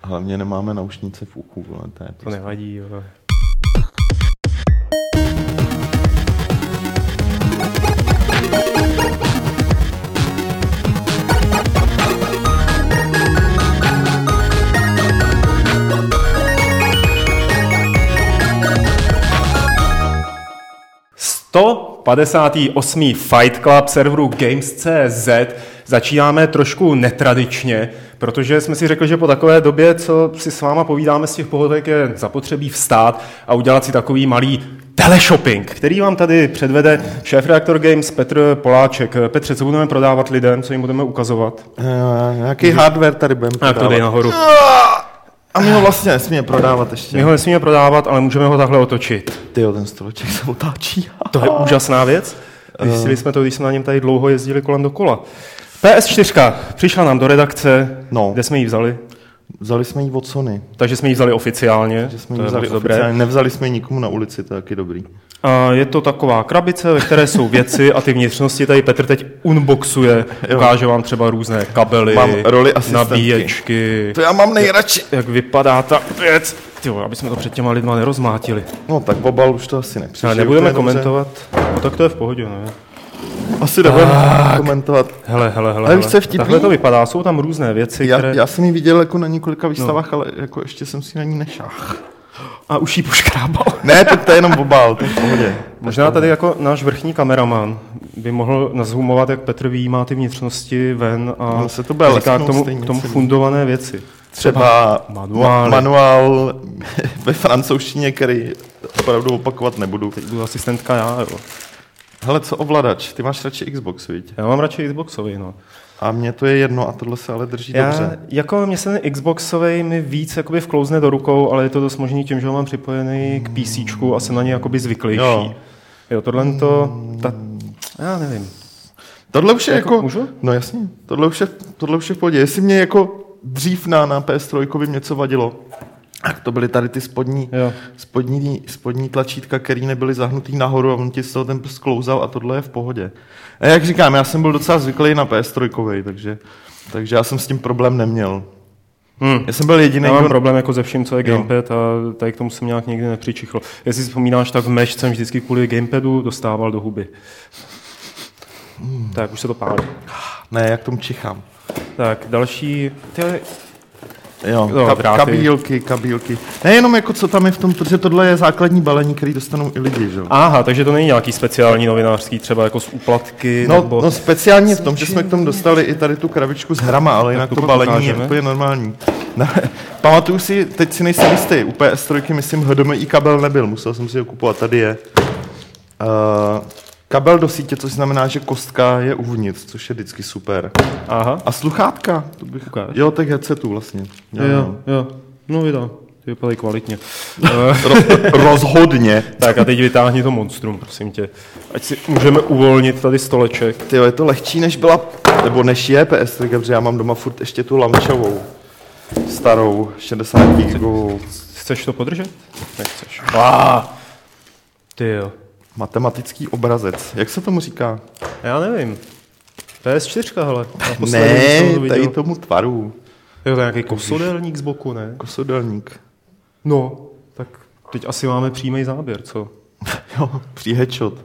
Hlavně nemáme naušnice v uchu. To nevadí, jo. To 58. Fight Club serveru Games.cz začínáme trošku netradičně, protože jsme si řekli, že po takové době, co si s váma povídáme z těch pohodlek, je zapotřebí vstát a udělat si takový malý teleshopping, který vám tady předvede šéfredaktor Games Petr Poláček. Petře, co budeme prodávat lidem, co jim budeme ukazovat? Nějaký hardware tady budeme prodávat. Tak to dej nahoru. A my ho vlastně nesmíme prodávat ještě. My ho nesmíme prodávat, ale můžeme ho takhle otočit. Tyjo, ten stoleček se otáčí. To je úžasná věc. Zjistili jsme to, když jsme na něm tady dlouho jezdili kolem dokola. PS4 přišla nám do redakce, kde jsme ji vzali? Vzali jsme ji od Sony. Takže jsme ji vzali oficiálně. Nevzali jsme ji nikomu na ulici, to je taky dobrý. A je to taková krabice, ve které jsou věci a ty vnitřnosti tady Petr teď unboxuje. Ukáže vám třeba různé kabely, nabíječky. To já mám nejradši. Jak vypadá ta věc. Tyjo, aby jsme to před těma lidma nerozmlátili. No tak obal už to asi nepřišel. Ale nebudeme komentovat. No tak to je v pohodě, ne? Asi nebudeme komentovat. Hele. Takhle to vypadá, jsou tam různé věci, které... Já jsem ji viděl jako na několika výstavách, ale jako ještě jsem si na ní nešáhl. A už jí poškrábal. Ne, to je jenom obal, to je v pohodě. Možná tady jako náš vrchní kameraman by mohl nazhumovat, jak Petr vyjímá ty vnitřnosti ven a říká k tomu fundované věci. Třeba manuál ve francouzštině, který opravdu opakovat nebudu. Teď budu asistentka já, jo. Hele, co ovladač? Ty máš radši Xbox, viď? Já mám radši Xboxový, no. A mně to je jedno a tohle se ale drží dobře. Jako mě se ten Xboxový mi víc jakoby vklouzne do rukou, ale je to dost možný tím, že ho mám připojený k PCčku a jsem na něj jakoby zvyklejší. Jo, já nevím. Tohle už je jako... Můžu? No jasně, tohle už je v pohodě. Jestli mě jako dřív na PS3 něco vadilo, tak to byly tady ty spodní tlačítka, které nebyly zahnutý nahoru a on ti z toho ten prst klouzal a tohle je v pohodě. A jak říkám, já jsem byl docela zvyklý na PS3, takže já jsem s tím problém neměl. Já jsem byl jediný. Já mám problém jako ze vším, co je gamepad a tady k tomu jsem nějak nikdy nepřičichl. Jestli si vzpomínáš, tak v Mesh jsem vždycky kvůli gamepadu dostával do huby. Tak, už se to pálí. Ne, jak tomu čichám. Tak, další... Kabílky. Nejenom jako co tam je v tom, protože tohle je základní balení, který dostanou i lidi, že? Aha, takže to není nějaký speciální novinářský, třeba jako z úplatky, nebo... No speciálně v tom, že jsme k tomu dostali i tady tu krabičku s hrama, ale jinak to balení je úplně normální. Pamatuju si, teď si nejsem jistý, u PS3 myslím HDMI kabel nebyl, musel jsem si ho kupovat, tady je. Kabel do sítě, což znamená, že kostka je uvnitř, což je vždycky super. Aha. A sluchátka. Jo, tak headsetu vlastně. Jo. No vydá. Ty vypadají kvalitně. Rozhodně. Tak a teď vytáhni to monstrum, prosím tě. Ať si můžeme uvolnit tady stoleček. Tyjo, je to lehčí, než je PS3, protože já mám doma furt ještě tu launchovou. Starou, 60 GB. Chceš to podržet? Nechceš. Tyjo. Matematický obrazec. Jak se tomu říká? Já nevím. PS4, hele. Ne, tady tomu tvaru. Jo, to je nějaký kosodelník z boku, ne? Kosodelník. No, tak teď asi máme přímý záběr, co? Jo, headshot.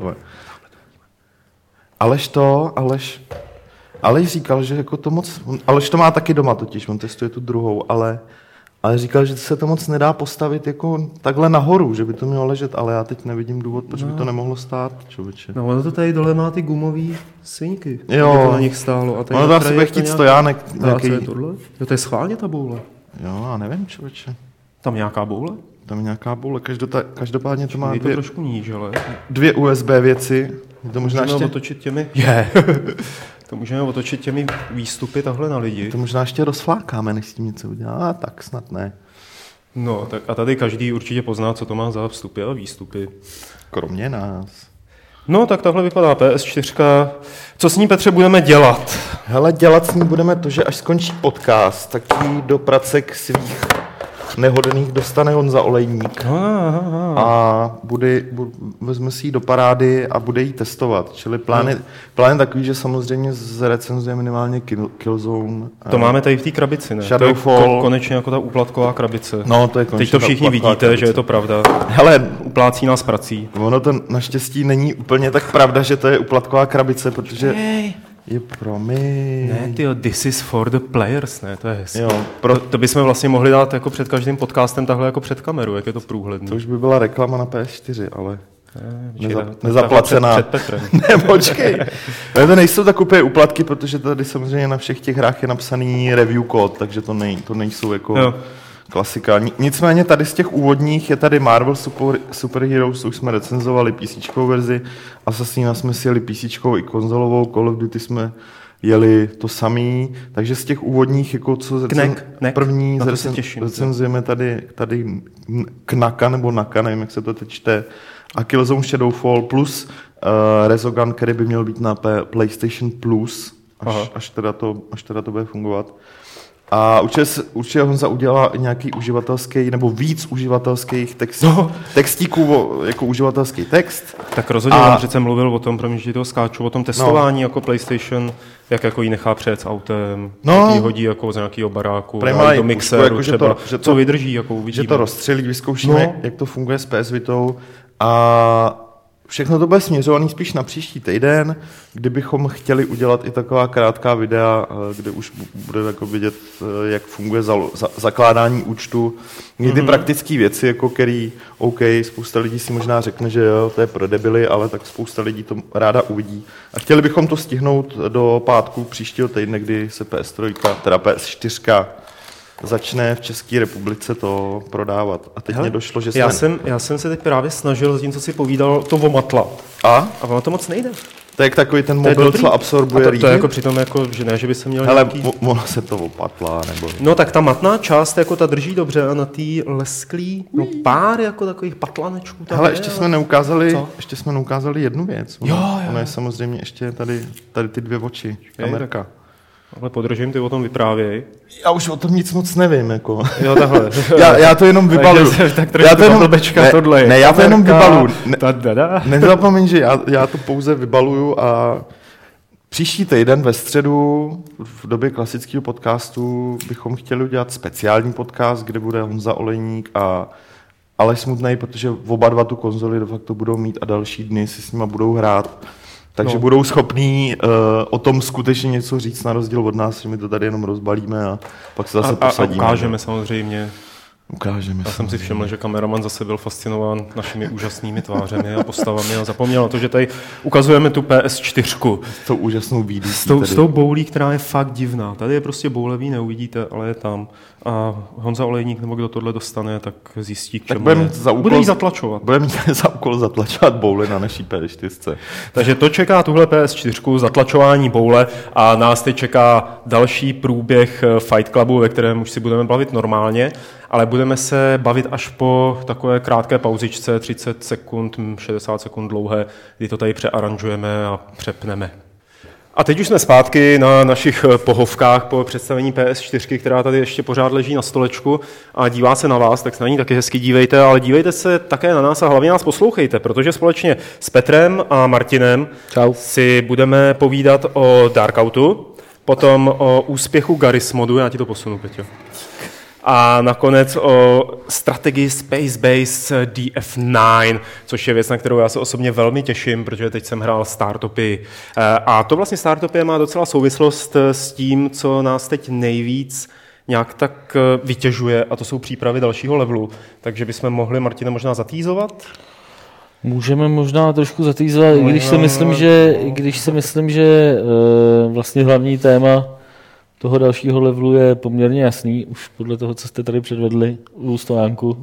Aleš říkal, že jako to moc... Aleš to má taky doma totiž, on testuje tu druhou, ale říkal, že se to moc nedá postavit jako takhle nahoru, že by to mělo ležet, ale já teď nevidím důvod, proč by to nemohlo stát, člověče. No, ono to tady dole má ty gumový svinky, jo. aby to na nich stálo. A ono to asi bude chtít stojánek. A co je tohle? Jo, to je schválně ta boule. Jo, já nevím, člověče. Tam nějaká boule? Tam je nějaká boule, každopádně to má to trošku níž, ale... 2 USB věci. To možná ještě... otočit těmi... To můžeme otočit těmi výstupy tahle na lidi. To možná ještě rozflákáme, než s tím něco udělá. Tak snad ne. No, tak a tady každý určitě pozná, co to má za vstupy a výstupy. Kromě nás. No, tak takhle vypadá PS4. Co s ní, Petře, budeme dělat? Hele, dělat s ní budeme to, že až skončí podcast, tak jí do pracek svých nehodných dostane Honza Olejník a vezme si ji do parády a bude ji testovat. Čili plán je takový, že samozřejmě zrecenzuje minimálně Killzone. To máme tady v té krabici, ne? Shadowfall. To je konečně jako ta úplatková krabice. No, to je konečně. Teď to všichni vidíte, krabice. Že je to pravda. Hele, uplácí nás prací. Ono to naštěstí není úplně tak pravda, že to je úplatková krabice, protože... Je promiň. Ne, tyjo, this is for the players, ne, to je hezké. To bychom vlastně mohli dát jako před každým podcastem takhle jako před kameru, jak je to průhledný. To už by byla reklama na PS4, ale nezaplacená. Před Petrem. Ne, počkej. To nejsou tak úplně úplatky, protože tady samozřejmě na všech těch hrách je napsaný review kód, takže to nejsou jako klasika. Nicméně tady z těch úvodních je tady Marvel Super Heroes, už jsme recenzovali PC verzi, Assassina jsme si jeli PC i konzolovou, Call of Duty jsme jeli to samý, takže z těch úvodních, jako co první recenzujeme tady Knaka nebo Naka, nevím, jak se to teď čte, a Killzone Shadowfall plus Resogun, který by měl být na PlayStation Plus, až teda to bude fungovat. A určitě Honza udělá nějaký uživatelský, nebo víc uživatelských textíků, jako uživatelský text. Tak rozhodně on přece mluvil o tom, promiň, že toho skáču, o tom testování jako PlayStation, jak jako ji nechá přejet s autem, jak ji hodí jako z nějakého baráku, do mixéru jako, třeba, co vydrží, jako uvidíme. Že to rozstřelí, vyzkoušíme, jak to funguje s PS Vitou a všechno to bude směřovaný spíš na příští týden, kdybychom chtěli udělat i taková krátká videa, kde už bude jako vidět, jak funguje zakládání účtu. Někdy praktické věci, jako který, spousta lidí si možná řekne, že jo, to je pro debily, ale tak spousta lidí to ráda uvidí. A chtěli bychom to stihnout do pátku příštího týdne, kdy se PS3, teda PS4 začne v České republice to prodávat. A teď mě došlo, že já jsem se teď právě snažil s tím, co si povídal, to omatlat. A ono to moc nejde. To je takový ten mobil, co absorbuje to je jako přitom, jako, že ne, že by se měl nějaký... ono se to opatlá, nebo... No tak ta matná část, jako ta drží dobře a na té lesklý, pár jako takových patlanečků. Hele, ještě jsme neukázali jednu věc. Ono je samozřejmě ještě tady ty dvě oči, kamerka. Ale podržím, ty o tom vyprávěj. Já už o tom nic moc nevím, jako. Jo, takhle. já to jenom vybaluju. Já to jenom vybaluju. Nezapomeň, že já to pouze vybaluju a příští týden ve středu v době klasického podcastu bychom chtěli udělat speciální podcast, kde bude Honza Olejník a Aleš Smutnej, protože oba dva tu konzoli de facto budou mít a další dny si s nima budou hrát. Takže budou schopní o tom skutečně něco říct, na rozdíl od nás, že my to tady jenom rozbalíme a pak se zase posadíme. A ukážeme samozřejmě. Já jsem si všiml, že kameraman zase byl fascinován našimi úžasnými tvářemi a postavami a zapomněl na to, že tady ukazujeme tu PS4. S tou úžasnou bídí. S tou boulí, která je fakt divná. Tady je prostě boulevý, neuvidíte, ale je tam. A Honza Olejník, nebo kdo tohle dostane, tak zjistí, k čemu je. Bude jí zatlačovat. Bude mít za úkol zatlačovat boule na naší PS4. Takže to čeká tuhle PS4, zatlačování boule a nás teď čeká další průběh Fight Clubu, ve kterém už si budeme bavit normálně, ale budeme se bavit až po takové krátké pauzičce, 30 sekund, 60 sekund dlouhé, kdy to tady přearanžujeme a přepneme. A teď už jsme zpátky na našich pohovkách po představení PS4, která tady ještě pořád leží na stolečku a dívá se na vás, tak se na ní taky hezky dívejte, ale dívejte se také na nás a hlavně nás poslouchejte, protože společně s Petrem a Martinem si budeme povídat o Darkoutu, potom o úspěchu Garry's Modu, já ti to posunu, Peťo. A nakonec o strategii Space Base DF9, což je věc, na kterou já se osobně velmi těším, protože teď jsem hrál Startopy. A to vlastně Startopy má docela souvislost s tím, co nás teď nejvíc nějak tak vytěžuje, a to jsou přípravy dalšího levelu. Takže bychom mohli, Martina, možná zatýzovat? Můžeme možná trošku zatýzovat, i když si myslím, že vlastně hlavní téma toho dalšího levelu je poměrně jasný, už podle toho, co jste tady předvedli u stojánku.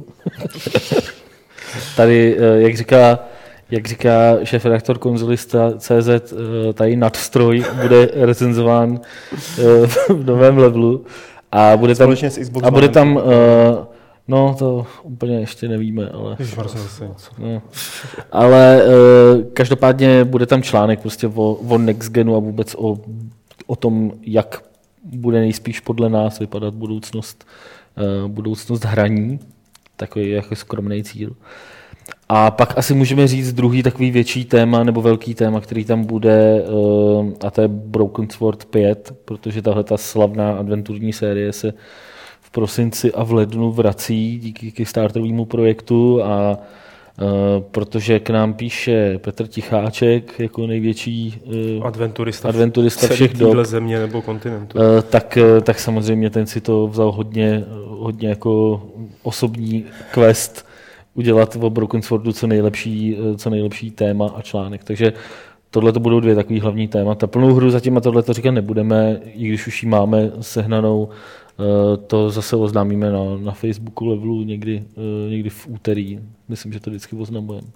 Tady, jak říká šéfredaktor konzolista.cz, tady nadstroj bude recenzován v novém levelu a bude tam no, to úplně ještě nevíme, ale... No. Ale každopádně bude tam článek prostě o Next Genu a vůbec o tom, jak bude nejspíš podle nás vypadat budoucnost budoucnost hraní, takový jako skromný cíl. A pak asi můžeme říct druhý takový větší téma nebo velký téma, který tam bude, a to je Broken Sword 5, protože tahle ta slavná adventurní série se v prosinci a v lednu vrací díky Kickstarterovému projektu a protože k nám píše Petr Ticháček jako největší adventurista všech dob země nebo kontinentu. Tak samozřejmě ten si to vzal hodně jako osobní quest udělat o Broken Swordu co nejlepší téma a článek. Takže tohle to budou dvě takový hlavní témata. Plnou hru zatím a tohle to říkat nebudeme, i když už ji máme sehnanou. To zase oznámíme na Facebooku levelu někdy v úterý. Myslím, že to vždycky oznamujeme.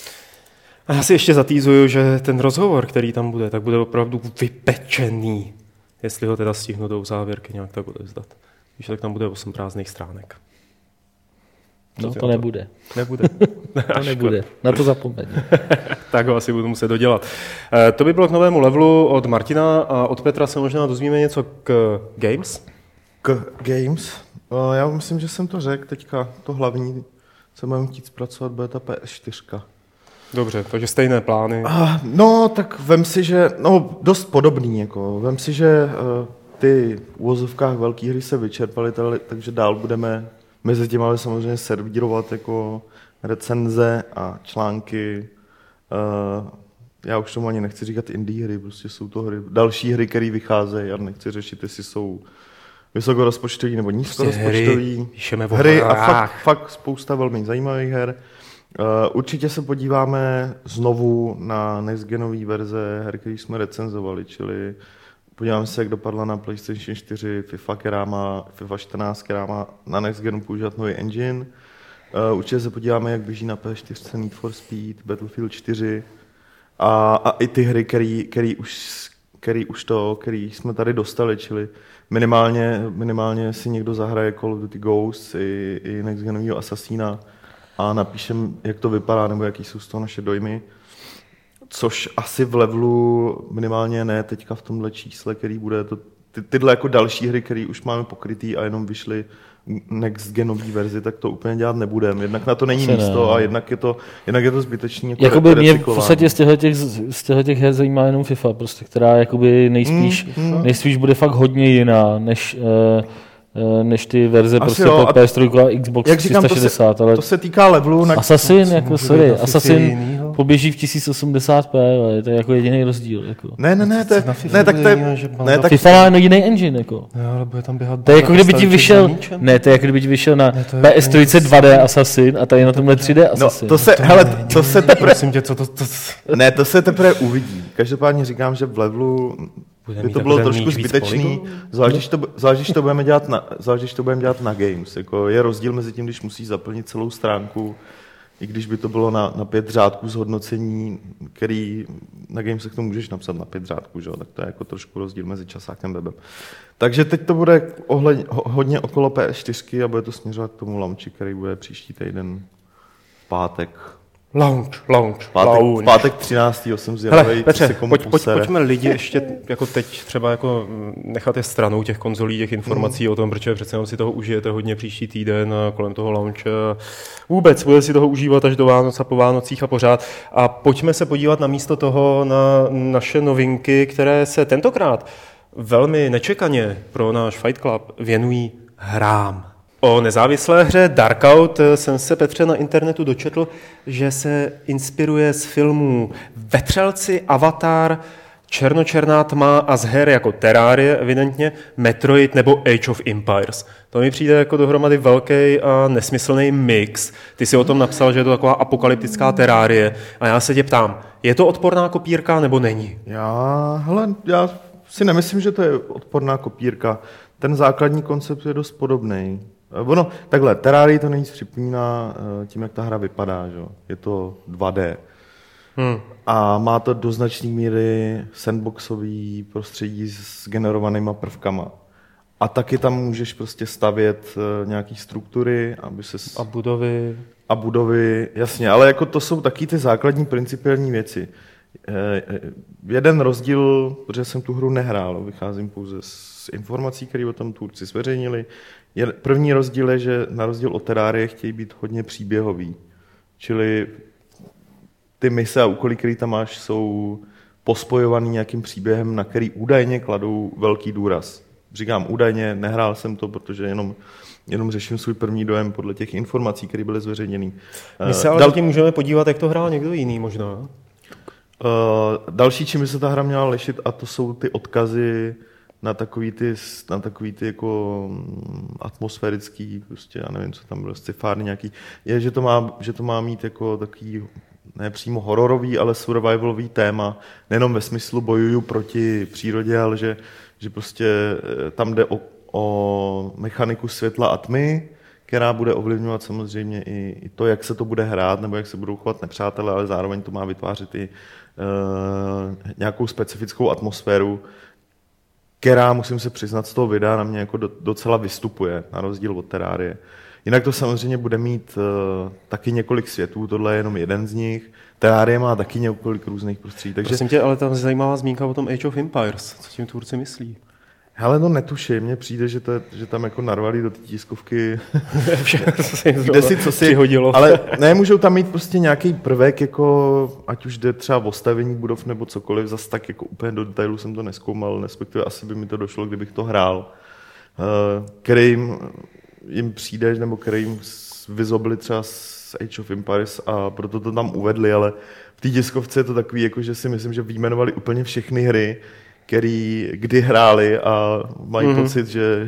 A já si ještě zatýzuju, že ten rozhovor, který tam bude, tak bude opravdu vypečený. Jestli ho teda stihnu do závěrky nějak tak odevzdat. Když tak tam bude 8 prázdných stránek. No to nebude. Nebude. To nebude. Na to zapomeň. Tak ho asi budu muset dodělat. To by bylo k novému levelu od Martina a od Petra se možná dozvíme něco k Games. K Games? Já myslím, že jsem to řekl. Teďka to hlavní, co budeme chtít zpracovat, bude ta PS4. Dobře, takže stejné plány. No, tak vem si, že... No, dost podobný, jako. Vem si, že ty v uvozovkách velké hry se vyčerpaly, takže dál budeme mezi tím ale samozřejmě servírovat jako recenze a články. Já už tomu ani nechci říkat indie hry, prostě jsou to hry, další hry, které vycházejí, já nechci řešit, jestli jsou vysokorozpočtový nebo nízkorozpočtový hry a fakt spousta velmi zajímavých her. Určitě se podíváme znovu na nextgenové verze her, které jsme recenzovali, čili podíváme se, jak dopadla na PlayStation 4 FIFA 14, která má na nextgenu používat nový engine. Určitě se podíváme, jak běží na PS4 Need for Speed, Battlefield 4 a i ty hry, který jsme tady dostali, čili minimálně si někdo zahraje Call of Duty Ghosts i nextgenovýho Assassina a napíšem, jak to vypadá, nebo jaký jsou z toho naše dojmy. Což asi v levelu minimálně ne teďka v tomhle čísle, který bude to, tyhle jako další hry, které už máme pokrytý a jenom vyšly next genový verzi, tak to úplně dělat nebudeme. Jednak na to není místo a jednak je to zbytečný jako jakoby mě v podstatě z těch her zajímá jenom FIFA, prostě, která jakoby nejspíš bude fakt hodně jiná, než ty verze prostě pro PS3 a Xbox 360. Ale to se týká levelu. Assassin, Assassin poběží v 1080p, to je jako jediný rozdíl. Jako. Ne, tak FIFA má jiný engine. Jako. Ale bude tam běhat. To je jako kdyby ti vyšel, to je jako kdyby ti vyšel na PS3 2D Assassin a tady na tomhle 3D Assassin. To se teprve uvidí. Každopádně říkám, že v levelu by to bylo trošku zbytečný, zvlášť když to budeme dělat na Games. Jako je rozdíl mezi tím, když musíš zaplnit celou stránku, i když by to bylo na 5 řádků zhodnocení, který na Games k tomu můžeš napsat na 5 řádků, že? Tak to je jako trošku rozdíl mezi časákem a webem. Takže teď to bude hodně okolo PS4 a bude to směřovat k tomu launchi, který bude příští týden v pátek. Launch. Pátek 13. jsem zvědavej, co se komu posere. Pojďme lidi ještě jako teď třeba jako nechat je stranou těch konzolí, těch informací o tom, protože přece jenom si toho užijete hodně příští týden a kolem toho launche. Vůbec bude si toho užívat až do Vánoc a po Vánocích a pořád. A pojďme se podívat namísto toho na naše novinky, které se tentokrát velmi nečekaně pro náš Fight Club věnují hrám. O nezávislé hře Darkout jsem se, Petře, na internetu dočetl, že se inspiruje z filmů Vetřelci, Avatar, Černočerná tma a z her jako Terrarie, evidentně, Metroid nebo Age of Empires. To mi přijde jako dohromady velký a nesmyslný mix. Ty si o tom napsal, že je to taková apokalyptická Terrarie a já se tě ptám, je to odporná kopírka nebo není? Já si nemyslím, že to je odporná kopírka. Ten základní koncept je dost podobný. Ono, takhle, Terrarii to nejvíc připomíná tím, jak ta hra vypadá, že? Je to 2D. A má to do značné míry sandboxový prostředí s generovanýma prvkama. A taky tam můžeš prostě stavět nějaký struktury, aby se... A budovy. A budovy, jasně, ale jako to jsou taky ty základní principiální věci. Jeden rozdíl, protože jsem tu hru nehrál, vycházím pouze z informací, které o tom tvůrci zveřejnili. První rozdíl je, že na rozdíl od Terrarie chtějí být hodně příběhový. Čili ty mise a úkoly, které tam máš, jsou pospojovaný nějakým příběhem, na který údajně kladou velký důraz. Říkám údajně, nehrál jsem to, protože jenom řeším svůj první dojem podle těch informací, které byly zveřejněny. My se ale taky můžeme podívat, jak to hrál někdo jiný možná. Další, čím by se ta hra měla lišit, a to jsou ty odkazy na takový ty jako atmosférický, prostě, já nevím, co tam bylo, scifárny nějaký, je, že to má mít jako takový, ne přímo hororový, ale survivalový téma, nejenom ve smyslu bojuju proti přírodě, ale že prostě tam jde o mechaniku světla a tmy, která bude ovlivňovat samozřejmě i to, jak se to bude hrát, nebo jak se budou chovat nepřátelé, ale zároveň to má vytvářet i nějakou specifickou atmosféru, která, musím se přiznat, z toho videa na mě jako docela vystupuje, na rozdíl od Terrarie. Jinak to samozřejmě bude mít taky několik světů, tohle je jenom jeden z nich. Terrarie má taky několik různých prostředí. Takže... Prosím tě, ale tam zajímavá zmínka o tom Age of Empires. Co tím tvůrci myslí? Hele, to netuším, mně přijde, že tam jako narvali do té tiskovky, kde si co si přihodilo. Ale ne, můžou tam mít prostě nějaký prvek, jako, ať už jde třeba o stavění budov nebo cokoliv, zas tak jako úplně do detailu jsem to nezkoumal, respektive asi by mi to došlo, kdybych to hrál, který jim přijde, nebo který jim vyzobili třeba z Age of Empires a proto to tam uvedli, ale v té tiskovce je to takový, jako, že si myslím, že vyjmenovali úplně všechny hry, který kdy hráli a mají pocit, že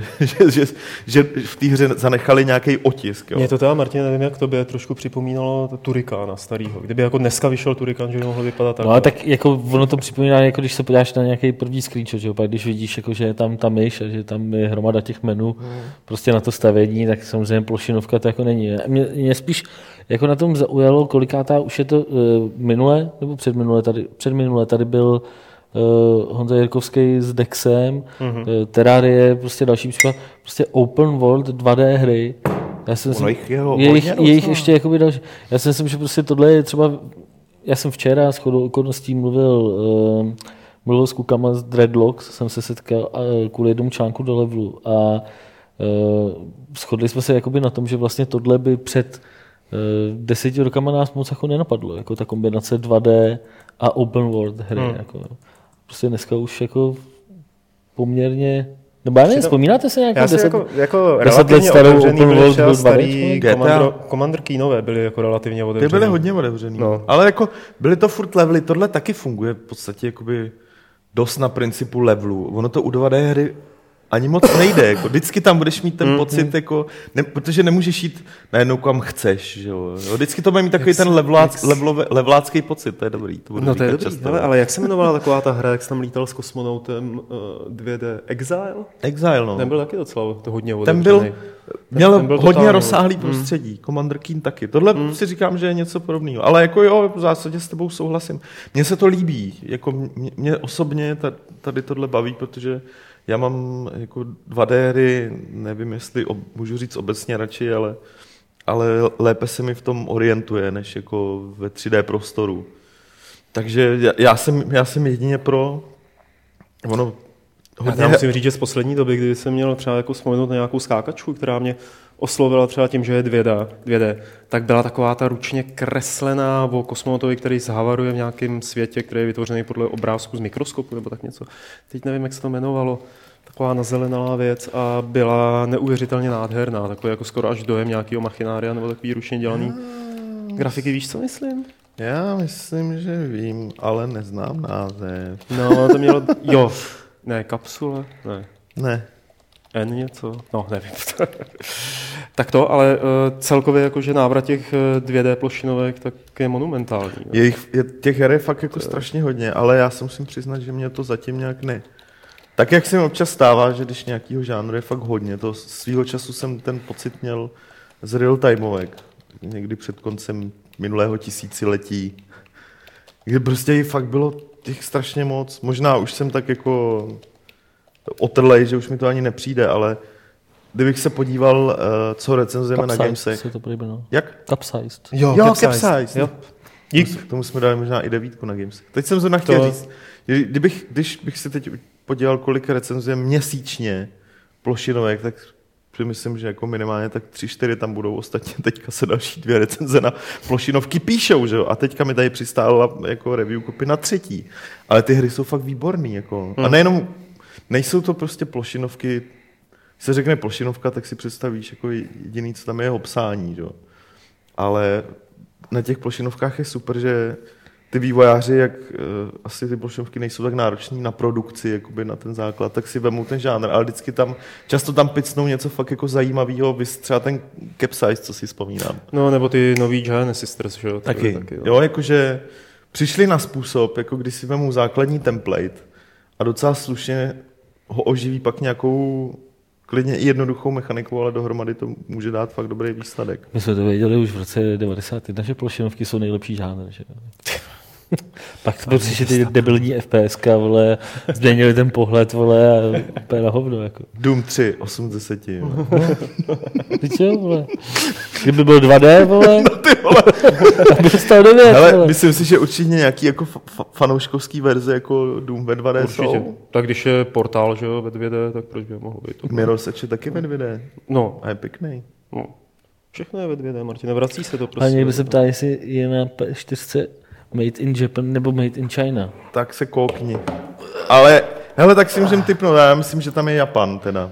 v té hře zanechali nějaký otisk. Jo. Mě to teda, Martin, nevím, jak tobě trošku připomínalo Turikána starýho. Kdyby jako dneska vyšel Turikán, že by mohl vypadat tak. No ale tak jako ono to připomíná, jako když se podíváš na nějaký první screenshot, že jo, pak když vidíš, jako, že je tam ta myš a že tam je hromada těch menů prostě na to stavění, tak samozřejmě plošinovka to jako není. Mě spíš jako na tom zaujalo, kolikátá už je to minule nebo předminule tady byl Honza Jirkovský s Dexem, Terrarie, prostě další příklad, prostě open world 2D hry. Je jich ještě jakoby další. Já si myslím, že prostě tohle je třeba, já jsem včera shodou okolností mluvil s klukama z Dreadlocks, jsem se setkal kvůli jednomu článku do Levelu a shodli jsme se jakoby na tom, že vlastně tohle by před 10 rokama nás moc jako nenapadlo, jako ta kombinace 2D a open world hry. Jako. Prostě dneska už jako poměrně... Nebo já nevím, vzpomínáte se nějaký 10 let starou open world byl starý Commander Keenové byly jako relativně otevřený. Ty byly hodně otevřený. No. Ale jako byly to furt levely, tohle taky funguje v podstatě jakoby dost na principu levelu. Ono to u 2D hry ani moc nejde, jako vždycky tam budeš mít ten pocit, jako, protože nemůžeš jít najednou kam chceš, že jo. Vždycky to bude mít takový ten levlácký pocit, to je dobrý. To no to je dobrý, ale jak se jmenovala taková ta hra, jak jsi tam lítal s kosmonautem 2D Exile? Exile, no. Ten byl taky docela to hodně otevřený. Měl hodně rozsáhlý prostředí, Commander Keen taky. Tohle si říkám, že je něco podobného, ale jako jo, v zásadě s tebou souhlasím. Mně se to líbí, jako mě osobně tady tohle baví, protože já mám jako 2D hry, nevím, jestli můžu říct obecně radši, ale lépe se mi v tom orientuje, než jako ve 3D prostoru. Takže já jsem jedině pro... Já musím říct, že z poslední doby, kdy jsem měl třeba jako vzpomenout na nějakou skákačku, která mě oslovila třeba tím, že je 2D, tak byla taková ta ručně kreslená o kosmonautovi, který zhavaruje v nějakém světě, který je vytvořený podle obrázku z mikroskopu nebo tak něco. Teď nevím, jak se to jmenovalo. Taková nazelenalá věc a byla neuvěřitelně nádherná, takový jako skoro až dojem nějakého machinária nebo takový ručně dělaný grafiky. Víš, co myslím? Já myslím, že vím, ale neznám název. No, to mělo... Jo. Ne, kapsule? Ne. N něco? No, nevím. Tak to, ale celkově jakože návrat těch 2D plošinovek tak je monumentální. Těch her je fakt jako strašně hodně, ale já se musím přiznat, že mě to zatím nějak ne. Tak jak se mi občas stává, že když nějakýho žánru je fakt hodně, to svýho času jsem ten pocit měl z real-timeovek, někdy před koncem minulého tisíciletí, kdy prostě fakt bylo těch strašně moc. Možná už jsem tak jako otrlej, že už mi to ani nepřijde, ale kdybych se podíval, co recenzujeme na Gamesech. Se to prýbilo. Jak? Capsized. Jo, Capsized. Jo. Tomu jsme dali možná i 9 na Games. Teď jsem zrovna chtěl říct, když bych si teď podíval, kolik recenzuje měsíčně plošinovek, tak myslím, že jako minimálně tak 3-4 tam budou, ostatně teďka se další 2 recenze na plošinovky píšou, že jo? A teďka mi tady přistála jako review copy na 3. Ale ty hry jsou fakt výborný, jako. A nejenom, nejsou to prostě plošinovky, když se řekne plošinovka, tak si představíš jako jediný, co tam je psání, že jo? Ale na těch plošinovkách je super, že ty vývojáři, jak asi ty plošinovky nejsou tak nároční na produkci, jakoby na ten základ, tak si vemou ten žánr, ale vždycky tam, často tam picnou něco fakt jako zajímavého, třeba ten Capsize, co si vzpomínám. No, nebo ty nový Giant Sisters, že jo? Taky jo, jakože přišli na způsob, jako když si vemou základní template a docela slušně ho oživí pak nějakou klidně i jednoduchou mechanikou, ale dohromady to může dát fakt dobrý výsledek. My jsme to věděli už v roce 91, že plošinovky jsou nejlepší žánr, že? Pak to přišli ty debilní FPSka, vole, změnili ten pohled, vole, a úplně na hovno, jako. Doom 3, 8 z 10. Ty čo, vole? Kdyby byl 2D, vole, no ty vole. aby dostal 9, hele, vole. myslím si, že určitě nějaký jako fanouškovský verze jako Doom ve 2D určitě jsou. Tak když je portál, že jo, ve 2D, tak proč by mohlo být? Mirror's Edge je taky ve 2D. No. A je pěkný. No. Všechno je ve 2D, Martine, vrací se to prostě. A někdo se ptá, jestli je na P4 Made in Japan nebo Made in China. Tak se koukni. Ale, hele, tak si můžem tipnout, já myslím, že tam je Japan teda.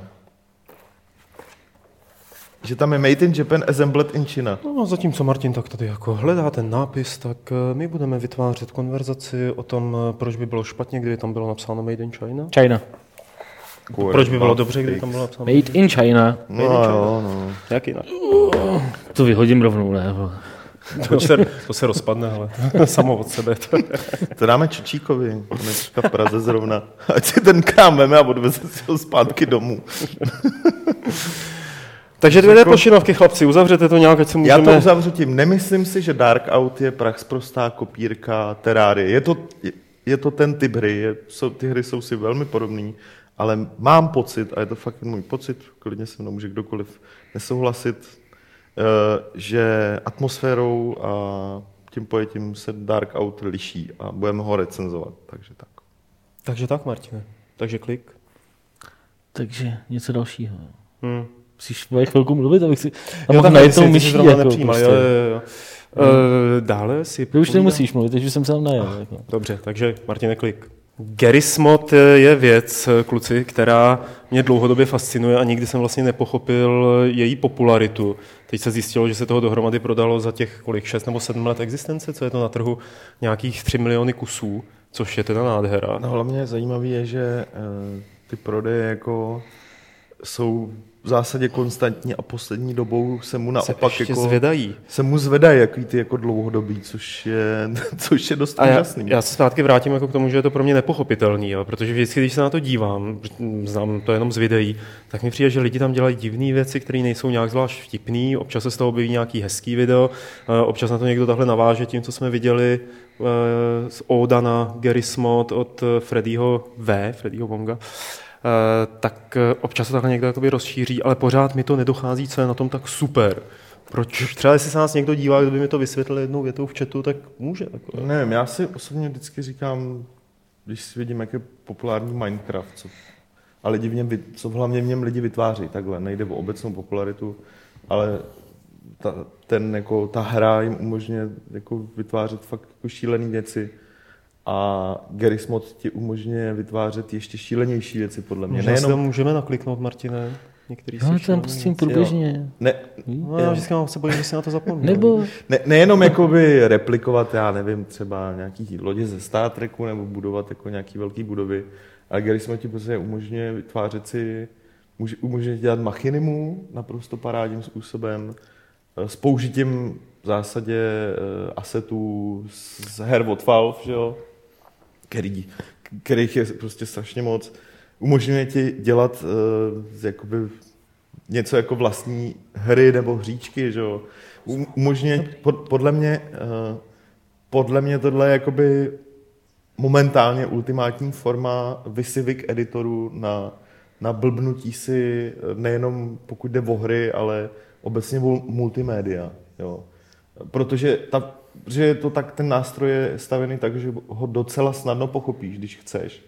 Že tam je Made in Japan, Assembled in China. No, zatímco Martin tak tady jako hledá ten nápis, tak my budeme vytvářet konverzaci o tom, proč by bylo špatně, kdyby tam bylo napsáno Made in China. China. Proč by bylo dobře, kdyby tam bylo napsáno Made in China. No, jo, no. Jak jinak? To vyhodím rovnou, ne? To se rozpadne, ale samo od sebe. To dáme Čučíkovi, dneska v Praze zrovna. Ať si ten krám veme a odveze si ho zpátky domů. Takže 2D plošinovky, chlapci, uzavřete to nějak, ať se můžeme... Já to uzavřu tím. Nemyslím si, že Dark Out je prachsprostá kopírka Terrarie. Je to ten typ hry, ty hry jsou si velmi podobný, ale mám pocit, a je to fakt můj pocit, klidně se mnou může kdokoliv nesouhlasit, že atmosférou a tím pojetím se Dark Out liší a budeme ho recenzovat, takže tak. Takže tak, Martine. Takže klik. Takže něco dalšího. Musíš chvilku mluvit, abych si... A mohl najít tou myší, jako prostě. Jo. Dále si... Ty už nemusíš mluvit, takže jsem se tam najel. Jako. Dobře, takže Martine, klik. Garry's Mod je věc, kluci, která mě dlouhodobě fascinuje a nikdy jsem vlastně nepochopil její popularitu. Teď se zjistilo, že se toho dohromady prodalo za těch 6 nebo 7 let existence, co je to na trhu, nějakých 3 miliony kusů, což je teda nádhera. No, hlavně zajímavé je, že ty prodeje jako jsou v zásadě konstantní a poslední dobou se mu naopak se jako zvedají. Se mu zvedají jaký ty jako dlouhodobý, což je dost úžasný. Já se zpátky vrátím jako k tomu, že je to pro mě nepochopitelný, jo, protože vždycky, když se na to dívám, znám to jenom z videí, tak mi přijde, že lidi tam dělají divné věci, které nejsou nějak zvlášť vtipný, občas se z toho objeví nějaký hezký video, občas na to někdo takhle naváže tím, co jsme viděli z Oda na Garry's Mod od Freddyho Wonga. Tak občas to takhle někdo jakoby rozšíří, ale pořád mi to nedochází, co je na tom tak super. Proč? Třeba jestli se nás někdo dívá, kdyby mi to vysvětlil jednou větou v chatu, tak může. Takové. Nevím, já si osobně vždycky říkám, když si vidím, jak je populární Minecraft, co hlavně v něm lidi vytváří, takhle, nejde o obecnou popularitu, ale ta hra jim umožňuje jako vytvářet fakt jako šílené věci. A Garry's Mod ti umožňuje vytvářet ještě šílenější věci, podle mě. Možná si to můžeme nakliknout, Martine. Některý jo, tam prostě průběžně. Já vždycky se bojím, že si na to zapomněl. Nejenom jakoby replikovat, já nevím, třeba nějaký lodě ze Star Treku nebo budovat jako nějaký velký budovy, ale Garry's Mod ti prostě umožňuje vytvářet si, umožňuje dělat machinimu naprosto parádním způsobem, s použitím v zásadě asetů z her od Valve, že jo? Kterých je prostě strašně moc. Umožňuje ti dělat jakoby něco jako vlastní hry nebo hříčky, že jo? Umožňuje, podle mě tohle je jakoby momentálně ultimátní forma Civic editoru na blbnutí si nejenom pokud jde o hry, ale obecně o multimédia, jo? protože je to tak, ten nástroj je stavěný tak, že ho docela snadno pochopíš, když chceš.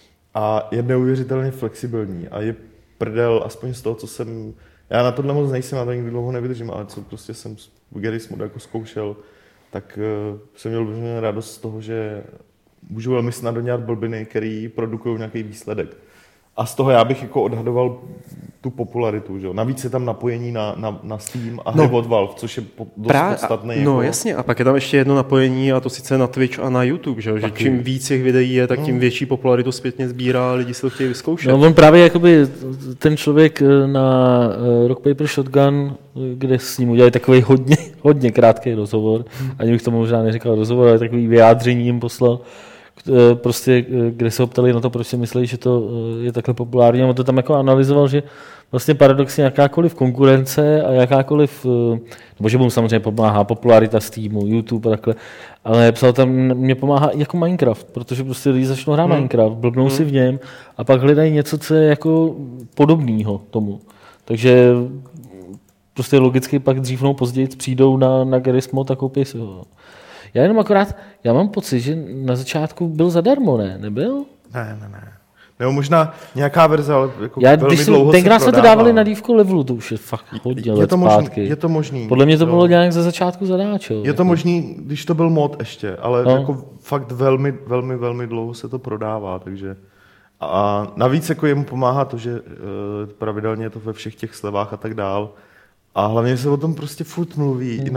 A je neuvěřitelně flexibilní a je prdel, aspoň z toho, co jsem... Já na tohle moc nejsem, já to nikdy dlouho nevydržím, ale co prostě jsem Garry's Mod jako zkoušel, tak jsem měl velmi radost z toho, že můžu velmi snadno dělat blbiny, které produkují nějaký výsledek. A z toho já bych jako odhadoval tu popularitu, že jo. Navíc je tam napojení na Steam a hry od Valve, což je dost podstatné. No jasně, a pak je tam ještě jedno napojení a to sice na Twitch a na YouTube, že jo. Že čím víc těch videí je, tak tím větší popularitu zpětně sbírá, lidi si to chtějí vyzkoušet. No on právě jakoby ten člověk na Rock Paper Shotgun, kde s ním udělali takový hodně krátký rozhovor, ani bych to možná neříkal rozhovor, ale takový vyjádření jim poslal, prostě, kde se ho ptali na to, proč si myslí, že to je takhle populární. A on to tam jako analyzoval, že vlastně paradoxně jakákoliv konkurence a jakákoliv, nebo že mu samozřejmě pomáhá popularita Steamu, YouTube a takhle, ale psal tam, mě pomáhá i jako Minecraft, protože prostě lidi začnou hrát Minecraft, blbnou si v něm a pak hledají něco, co je jako podobného tomu. Takže prostě logicky pak dřív nebo později přijdou na Garry's Mod a koupí si ho. Já jenom akorát, já mám pocit, že na začátku byl zadarmo, ne? Nebyl? Ne. Nebo možná nějaká verze, ale jako velmi dlouho tenkrát jsme to dávali na dívku Levelu, to už je fakt hodně let zpátky. Je to možný. Podle mě to bylo nějak ze začátku zadáčo. Je to možný, když to byl mod ještě, ale jako fakt velmi dlouho se to prodává, takže... A navíc jako jemu pomáhá to, že pravidelně je to ve všech těch slevách a tak dál. A hlavně se o tom prostě furt mluví i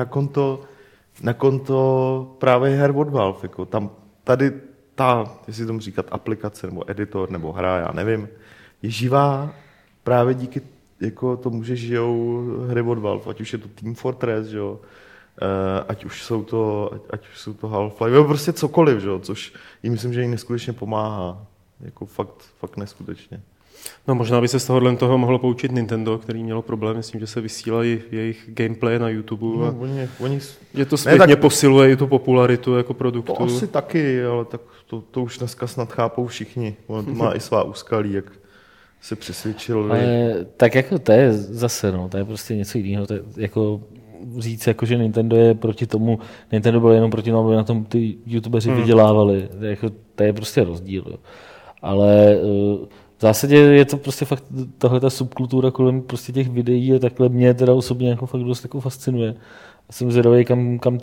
na konto právě her od Valve. Jako tam, tady jestli tomu říkat aplikace nebo editor nebo hra, já nevím, je živá právě díky jako tomu, že žijou hry od Valve, ať už je to Team Fortress, že jo, ať už jsou to Half-Life, nebo prostě cokoliv, že jo, což jí myslím, že jí neskutečně pomáhá. Jako fakt neskutečně. No možná by se z toho mohlo poučit Nintendo, který mělo problém s tím, že se vysílají jejich gameplay na YouTube. No, oni je to zpětně posiluje i tu popularitu jako produktu. To asi taky, ale tak to už dneska snad chápou všichni. Ono to má i svá úskalí, jak se přesvědčil. Tak jako to je zase, to je prostě něco jiného. To je jako říct, jako, že Nintendo je proti tomu, Nintendo byl jenom proti tomu, aby na tom ty youtubeři vydělávali. To je prostě rozdíl. Jo. Ale v zásadě je to prostě fakt tahleta subkultura kolem prostě těch videí a takhle mě teda osobně jako fakt dost jako fascinuje. A jsem zvědavý, kam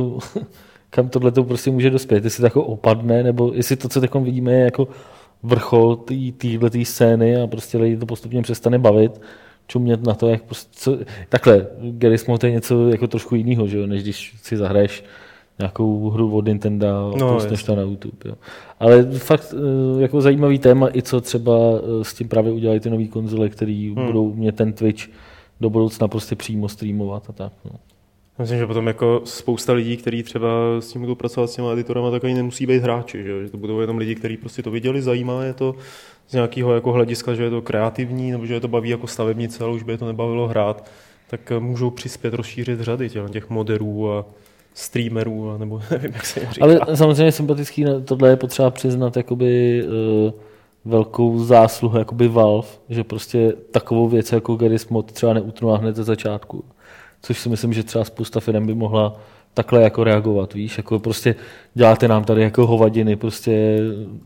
tohleto prostě může dospět. Jestli to jako opadne, nebo jestli to, co takom vidíme, je jako vrchol téhletý scény a prostě lidi to postupně přestane bavit, čumět na to, jak prostě... Takhle, Garry's Mod je něco jako trošku jiného, že jo, než když si zahraješ nějakou hru od Nintendo a pustneš to na YouTube. Jo. Ale fakt jako zajímavý téma, i co třeba s tím právě udělají ty nový konzole, který budou umět ten Twitch do budoucna prostě přímo streamovat a tak. No. Myslím, že potom jako spousta lidí, kteří třeba s tím budou pracovat s těma editorama, tak ani nemusí být hráči, že to budou jenom lidi, kteří prostě to viděli, zajímá je to z nějakého jako hlediska, že je to kreativní, nebo že je to baví jako stavebnice, ale už by je to nebavilo hrát, tak můžou přispět rozšířit řady těch moderů a streamerů, nebo nevím, jak se jim říká. Ale samozřejmě sympatický, tohle je potřeba přiznat jakoby velkou zásluhu jakoby Valve, že prostě takovou věc jako Garry's Mod třeba neutnula hned ze začátku. Což si myslím, že třeba spousta firm by mohla takhle jako reagovat, víš, jako prostě děláte nám tady jako hovadiny prostě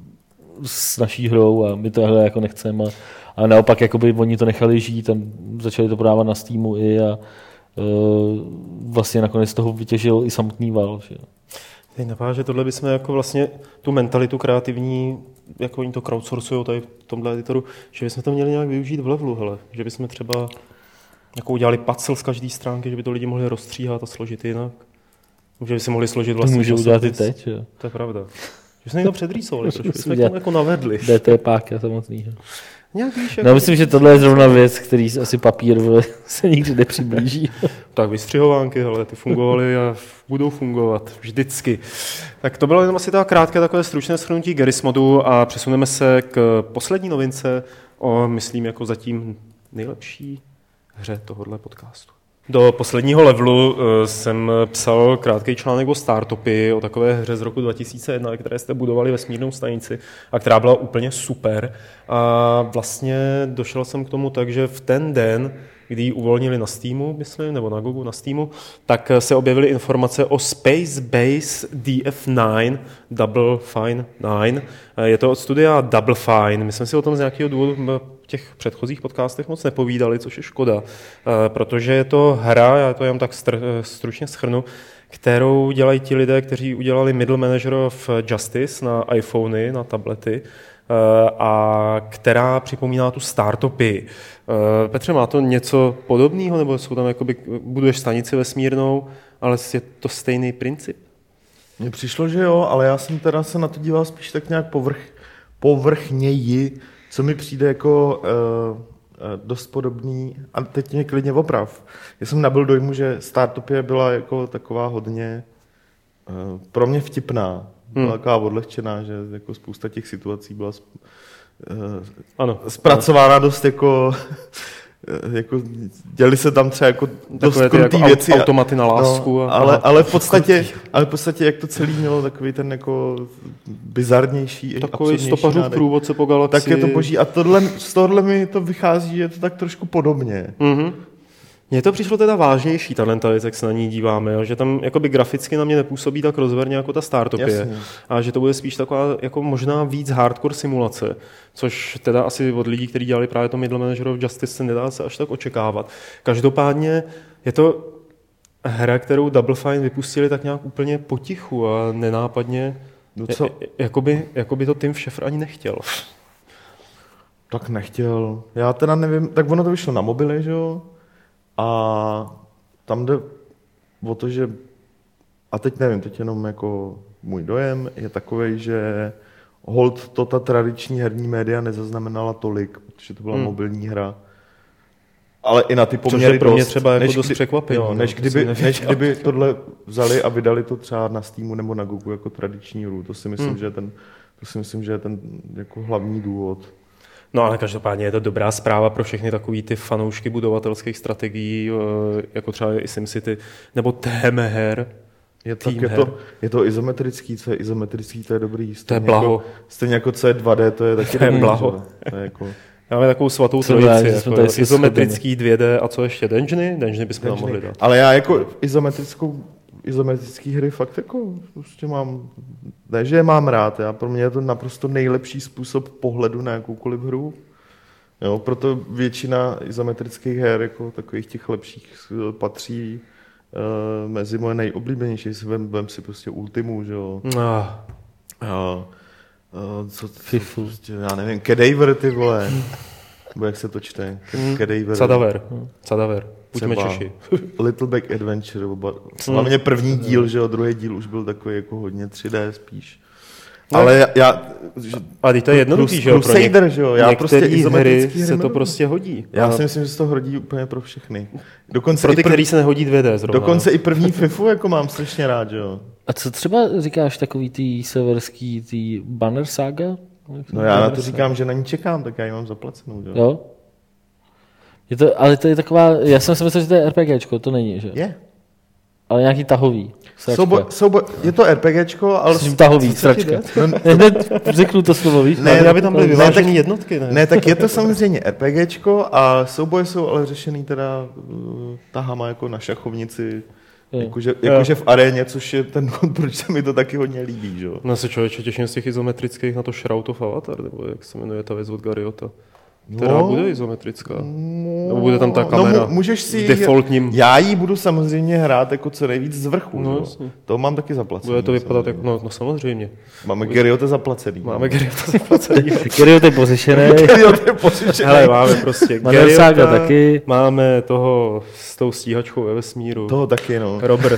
s naší hrou a my tohle jako nechceme a naopak jakoby oni to nechali žít a začali to prodávat na Steamu i a vlastně nakonec toho vytěžil i samotný Valve. Že? Teď napadá, že tohle bychom jako vlastně tu mentalitu kreativní, jako oni to crowdsourcujou tady v tomhle editoru, že bychom to měli nějak využít v levelu, hele. Že bychom třeba jako udělali puzzle z každé stránky, že by to lidi mohli rozstříhat a složit jinak. Že by si mohli složit vlastně. To můžu udělat i teď, jo. To je pravda. Že jsme to předrýsovali, trošku jsme k tomu jako navedli. DT páka samotný. Jako... No, myslím, že tohle je zrovna věc, který asi papír se nikdy nepřiblíží. Tak vystřihovánky, hele, ty fungovaly a budou fungovat vždycky. Tak to bylo jenom asi krátké takové stručné shrnutí Garry's Modu a přesuneme se k poslední novince o, myslím, jako zatím nejlepší hře tohohle podcastu. Do posledního levelu jsem psal krátký článek o Startopy, o takové hře z roku 2001, které jste budovali vesmírnou stanici a která byla úplně super. A vlastně došel jsem k tomu tak, že v ten den, kdy ji uvolnili na Steamu, myslím, nebo na Google, na Steamu, tak se objevily informace o Space Base DF9, Double Fine 9. Je to od studia Double Fine. My jsme si o tom z nějakého důvodu v těch předchozích podcastech moc nepovídali, což je škoda, protože je to hra, já to jenom tak stručně shrnu, kterou dělají ti lidé, kteří udělali Middle Manager of Justice na iPhony, na tablety, a která připomíná tu Startopii. Petře, má to něco podobného, nebo jsou tam jakoby, buduješ stanici vesmírnou, ale je to stejný princip? Mně přišlo, že jo, ale já jsem teda se na to díval spíš tak nějak povrchněji, co mi přijde jako dost podobný, a teď mě klidně oprav. Já jsem nabyl dojmu, že Startopie byla jako taková hodně pro mě vtipná. Byla taková odlehčená, že jako spousta těch situací byla zpracována dost jako děli se tam třeba jako dost krutý jako věci. Automaty na lásku. No, ale v podstatě jak to celý mělo takový ten jako bizarnější, takový stopařův průvodce po galaxii. Tak je to boží. A z tohohle mi to vychází, je to tak trošku podobně. Mm-hmm. Mně to přišlo teda vážnější, ta věc, jak se na ní díváme, jo? Že tam jakoby graficky na mě nepůsobí tak rozverně jako ta Startopie. Jasně. A že to bude spíš taková jako možná víc hardcore simulace, což teda asi od lidí, kteří dělali právě to Middle Manager of Justice, se nedá se až tak očekávat. Každopádně je to hra, kterou Double Fine vypustili tak nějak úplně potichu a nenápadně, jakoby to Tim Schafer ani nechtěl. Tak nechtěl. Já teda nevím, tak ono to vyšlo na mobily, že jo? A tam jde o to, že, a teď nevím, teď jenom jako můj dojem je takovej, že hold to ta tradiční herní média nezaznamenala tolik, protože to byla mobilní hra. Ale i na ty poměry což je pro mě třeba jako dost překvapení. Než kdyby tohle vzali a vydali to třeba na Steamu nebo na Google jako tradiční hru. To si myslím, že je ten jako hlavní důvod. No ale každopádně je to dobrá zpráva pro všechny takový ty fanoušky budovatelských strategií, jako třeba i SimCity, nebo téme her. Je to izometrický, co je izometrický, to je dobrý. To je blaho. Stejně jako co je 2D, to je taky dobrý. Blaho. To je jako... Máme takovou svatou trojici, jako izometrický 2D a co ještě? Dungeony bychom tam mohli dát. Ale já jako izometrický hry fakt jako prostě ne, že je mám rád, pro mě je to naprosto nejlepší způsob pohledu na jakoukoliv hru. Jo, proto většina izometrických her, jako takových těch lepších, patří mezi moje nejoblíbenější. Vem si prostě Ultimu, že jo. Co FIFU. Prostě, já nevím, Cadaver, ty vole. Nebo jak se to čte? Cadaver. Cadaver. Buďme Češi. Little Big Adventure. Hlavně první díl, že jo, druhý díl už byl takový jako hodně 3D spíš. Ale ale to je jednoduchý, že jo, pro Crusader, že jo, já prostě hry se to prostě hodí. Já si myslím, že se to hodí úplně pro všechny. Dokonce pro ty, který se nehodí 2D zrovna. Dokonce i první FIFU jako mám strašně rád, že jo. A co třeba říkáš takový tý severský, tý Banner Saga? No já na to říkám, že na ní čekám, tak já ji mám zaplacenou, jo. Ale to je taková, já jsem si myslel, že to je RPGčko, to není, že? Je. Ale nějaký tahový. Je to RPGčko, ale... Tahový, sračka. Hned řeknu to slovo, víš? Ne, aby tam byly vyvážený jednotky, ne? Ne, tak je to samozřejmě RPGčko a souboje jsou ale řešený teda tahama jako na šachovnici, jakože v aréně, což je ten důvod, proč se mi to taky hodně líbí, že jo. No se člověče těším z těch izometrických na to Shroud of Avatar, nebo jak se jmenuje ta věc od Gariota. Která bude izometrická. Nebo bude tam ta kamera můžeš defaultním. Já ji budu samozřejmě hrát jako co nejvíc z vrchu. No, to mám taky zaplacený. Bude to vypadat jako, no samozřejmě. Máme Gariote zaplacený. Gariot je pořešený. Hele, máme prostě Gariota taky. Máme toho s tou stíhačkou ve vesmíru. Toho taky, no. Robert.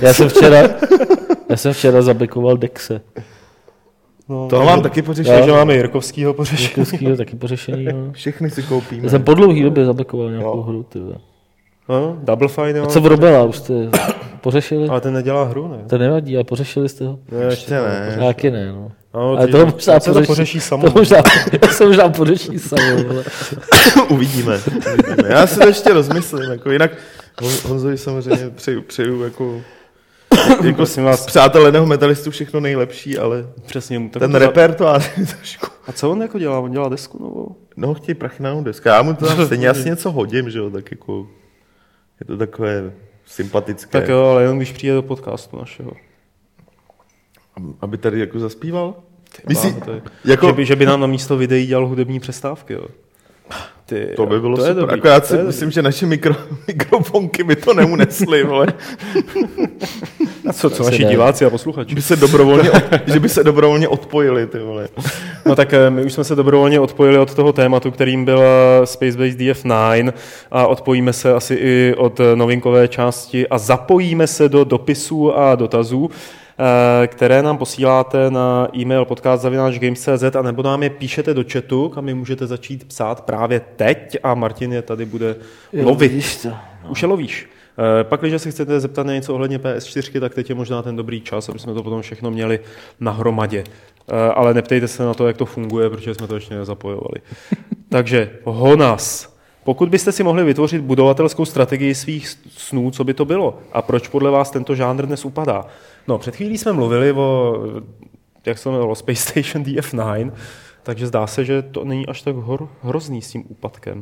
Já jsem včera zabekoval Dexe. No, toho mám taky pořešený. Takže máme Jirkovskýho pořešený. Jirkovskýho taky pořešený, no. Všechny si koupíme. Já jsem po dlouhý době zabekoval nějakou hru, ty. No, Double Fine. A co v Robela už jste pořešili? Ale ten nedělá hru, ne? To nevadí, ale pořešili jste ho? Ne, ještě ne. Taky ne, no. Ale toho možná pořeší samo. Já se možná pořeší samo. Uvidíme. Já si to ještě rozmyslím. Jako jinak Honzovi samozřejmě přeju jako přáteleného metalistu všechno nejlepší, ale přesně, ten repertoár trošku. A co on jako dělá? On dělá desku novou? No, chtějí prachy na desku. Já mu to tam stejně asi něco hodím, že jo, tak jako... Je to takové sympatické. Tak jo, ale jenom když přijde do podcastu našeho. Aby tady jako zaspíval? Že by nám na místo videí dělal hudební přestávky, jo. To by bylo super. Akorát si myslím, že naše mikrofonky by to neunesly, vole. A co naši diváci a posluchači? Že by se dobrovolně odpojili, ty vole. No tak my už jsme se dobrovolně odpojili od toho tématu, kterým byla Space Base DF9 a odpojíme se asi i od novinkové části a zapojíme se do dopisů a dotazů, které nám posíláte na e-mail podcast@games.cz a nebo nám je píšete do chatu, kam mi můžete začít psát právě teď a Martin je tady bude lovit. Už je lovíš. Pak, když se chcete zeptat na něco ohledně PS4, tak teď je možná ten dobrý čas, aby jsme to potom všechno měli nahromadě. Ale neptejte se na to, jak to funguje, protože jsme to ještě nezapojovali. Takže Honas. Pokud byste si mohli vytvořit budovatelskou strategii svých snů, co by to bylo? A proč podle vás tento žánr dnes upadá? No, před chvílí jsme mluvili o, jak se jmenovalo, Space Station DF9, takže zdá se, že to není až tak hrozný s tím úpadkem.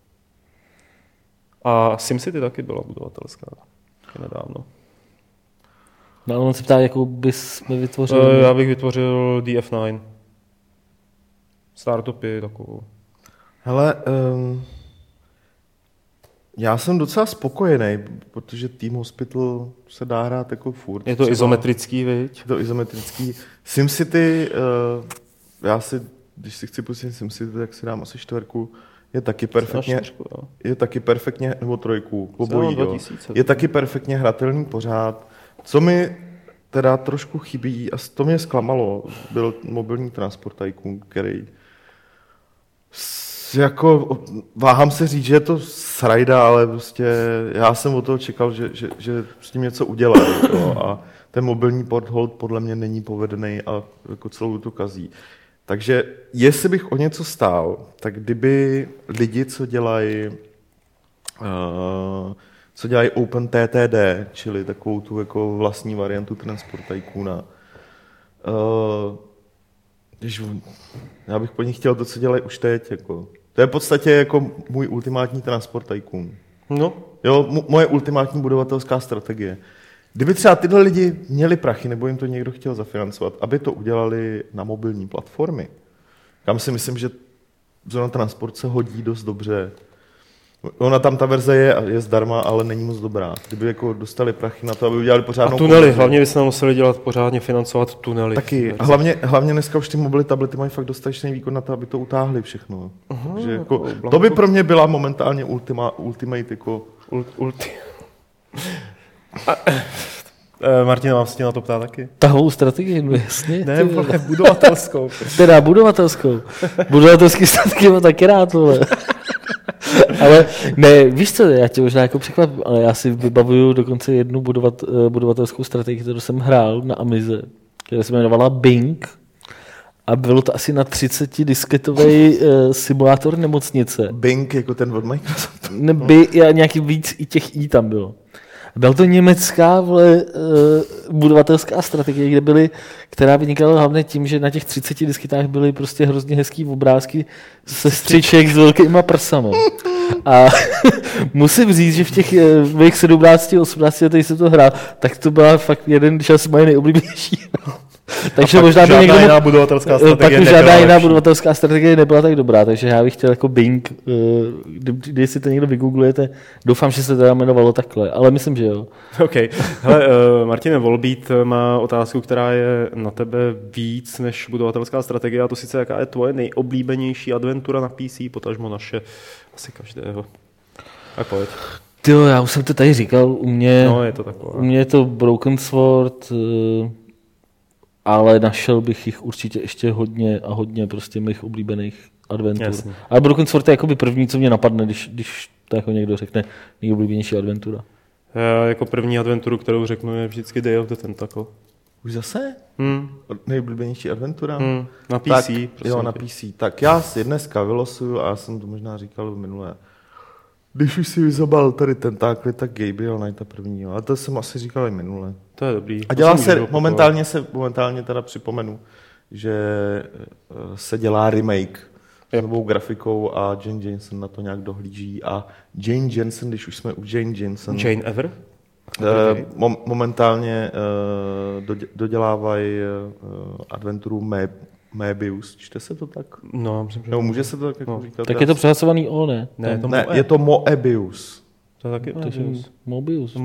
A SimCity taky byla budovatelská. Taky nedávno. No, ale on se ptá, jakou bys vytvořil? Já bych vytvořil DF9. Startupy takovou. Hele, já jsem docela spokojený, protože Team Hospital se dá hrát jako furt. Je to izometrický, viď? Je to izometrický. SimCity, když si chci pustit SimCity, tak si dám asi 4. Je taky perfektně, nebo 3, obojí, jo. Je taky perfektně hratelný pořád. Co mi teda trošku chybí, a to mě zklamalo, byl mobilní Transport Tycoon, který jako, váhám se říct, že je to srajda, ale prostě já jsem od toho čekal, že s tím něco udělají. A ten mobilní port hold podle mě není povedený a jako celou to kazí. Takže jestli bych o něco stál, tak kdyby lidi, co dělají OpenTTD, čili takovou tu jako vlastní variantu Transport Tycoona, já bych po nich chtěl to, co dělají už teď. Jako. To je v podstatě jako můj ultimátní Transport Tycoon. No. Jo, moje ultimátní budovatelská strategie. Kdyby třeba tyhle lidi měli prachy, nebo jim to někdo chtěl zafinancovat, aby to udělali na mobilní platformy, kam si myslím, že Zona Transport se hodí dost dobře. Ona tam ta verze je zdarma, ale není moc dobrá. Kdyby jako dostali prachy na to, aby udělali pořádnou... A tunely, hlavně by se nám museli dělat pořádně, financovat tunely. Taky. A hlavně dneska už ty mobily, tablety mají fakt dostatečný výkon na to, aby to utáhli všechno. Takže jako, to by pro mě byla momentálně ultimate jako... Martina, mám se tě na to ptát taky. Tahovou strategii, no jasně. Ne, budovatelskou. Teda budovatelskou. Budovatelský strategii mám taky rád, vole. Ale ne, víš co, já tě možná jako překvapím, ale já si vybavuju dokonce jednu budovatelskou strategii, kterou jsem hrál na Amize, která se jmenovala Bing a bylo to asi na 30 disketový simulátor nemocnice. Bing jako ten od Microsoftu. Nějaký víc i těch i tam bylo. Byla to německá budovatelská strategie, která vynikala hlavně tím, že na těch 30 disketách byly prostě hrozně hezký obrázky sestřiček s velkýma prsama. A musím říct, že v těch mých 17-18 letech jsem to hrál, tak to byla fakt jeden čas moje nejoblíbenější. Takže možná by někdo jiná budovatelská strategie pak žádná jiná budovatelská strategie nebyla tak dobrá, takže já bych chtěl jako Bing, když si to někdo vygooglujete, doufám, že se to jmenovalo takhle, ale myslím, že jo. OK. Hele, Martine, Volbeat má otázku, která je na tebe víc než budovatelská strategie, a to sice jaká je tvoje nejoblíbenější adventura na PC, potažmo naše, asi každého. Tak pojď. Tyjo, já už jsem to tady říkal, u mě je to Broken Sword, ale našel bych jich určitě ještě hodně a hodně prostě mých oblíbených adventur. Jasně. Ale Broken Sword je jakoby první, co mě napadne, když to jako někdo řekne nejoblíbenější adventura. Já jako první adventuru, kterou řeknu, je vždycky Day of the Tentacle. Už zase? Nejoblíbenější adventura? Na PC. Tak, jo, na PC. Tak já si dneska vylosuju, a já jsem to možná říkal minule. Když už si vyzobal tady tentákly, tak Gabriel Knight a první, ale to jsem asi říkal i minule. To je dobrý. A dělá se, momentálně teda připomenu, že se dělá remake. novou grafikou a Jane Jensen na to nějak dohlíží. A Jane Jensen, když už jsme u Jane Jensen... Jane Ever? Momentálně dodělávají adventuru Möbius. Čte se to tak? No, myslím, že... No, může se to tak jako říkat? Tak je to přehlasovaný O, ne? Ne, je to Moebius. To taky Mobius.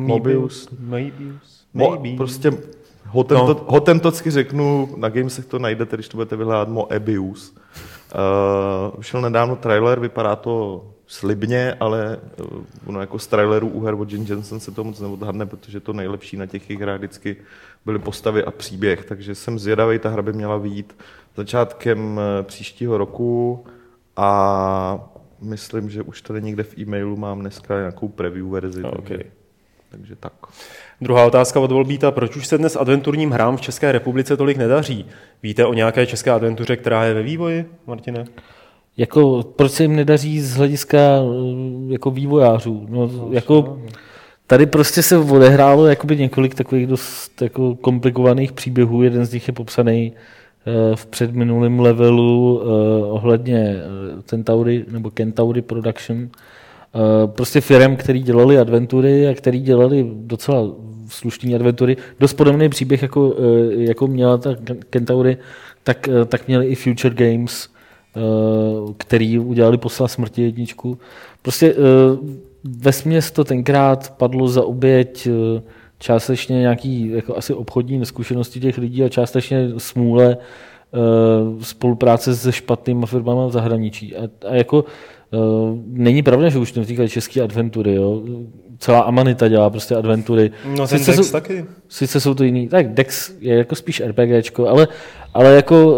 Prostě hotentocky řeknu, na Gamesech to najdete, když to budete vyhledat Moebius. Vyšel nedávno trailer, vypadá to slibně, ale ono jako z trailerů u her od Jane Jensen se to moc neodhadne, protože to nejlepší na těch hrách vždycky byly postavy a příběh, takže jsem zvědavý, ta hra by měla vyjít začátkem příštího roku a myslím, že už tady někde v e-mailu mám dneska nějakou preview verzi, takže tak. Druhá otázka od Volbíta. Proč už se dnes adventurním hrám v České republice tolik nedaří? Víte o nějaké české adventuře, která je ve vývoji, Martine? Jako, proč se jim nedaří z hlediska jako vývojářů? Tady prostě se odehrálo jakoby několik takových dost jako komplikovaných příběhů. Jeden z nich je popsaný v předminulém levelu ohledně Centauri Production. Prostě firem, který dělali adventury a který dělali docela slušné adventury. Dost podobný příběh, jako měla ta Centauri, tak měli i Future Games, který udělali Posla smrti 1. Prostě vesměs to tenkrát padlo za oběť částečně nějaký jako asi obchodní neskušenosti těch lidí a částečně smůle spolupráce se špatnýma firmama v zahraničí. A jako není pravda, že už nevznikají české adventury. Jo? Celá Amanita dělá prostě adventury. No ten Dex taky. Sice jsou to jiný. Tak Dex je jako spíš RPGčko, ale jako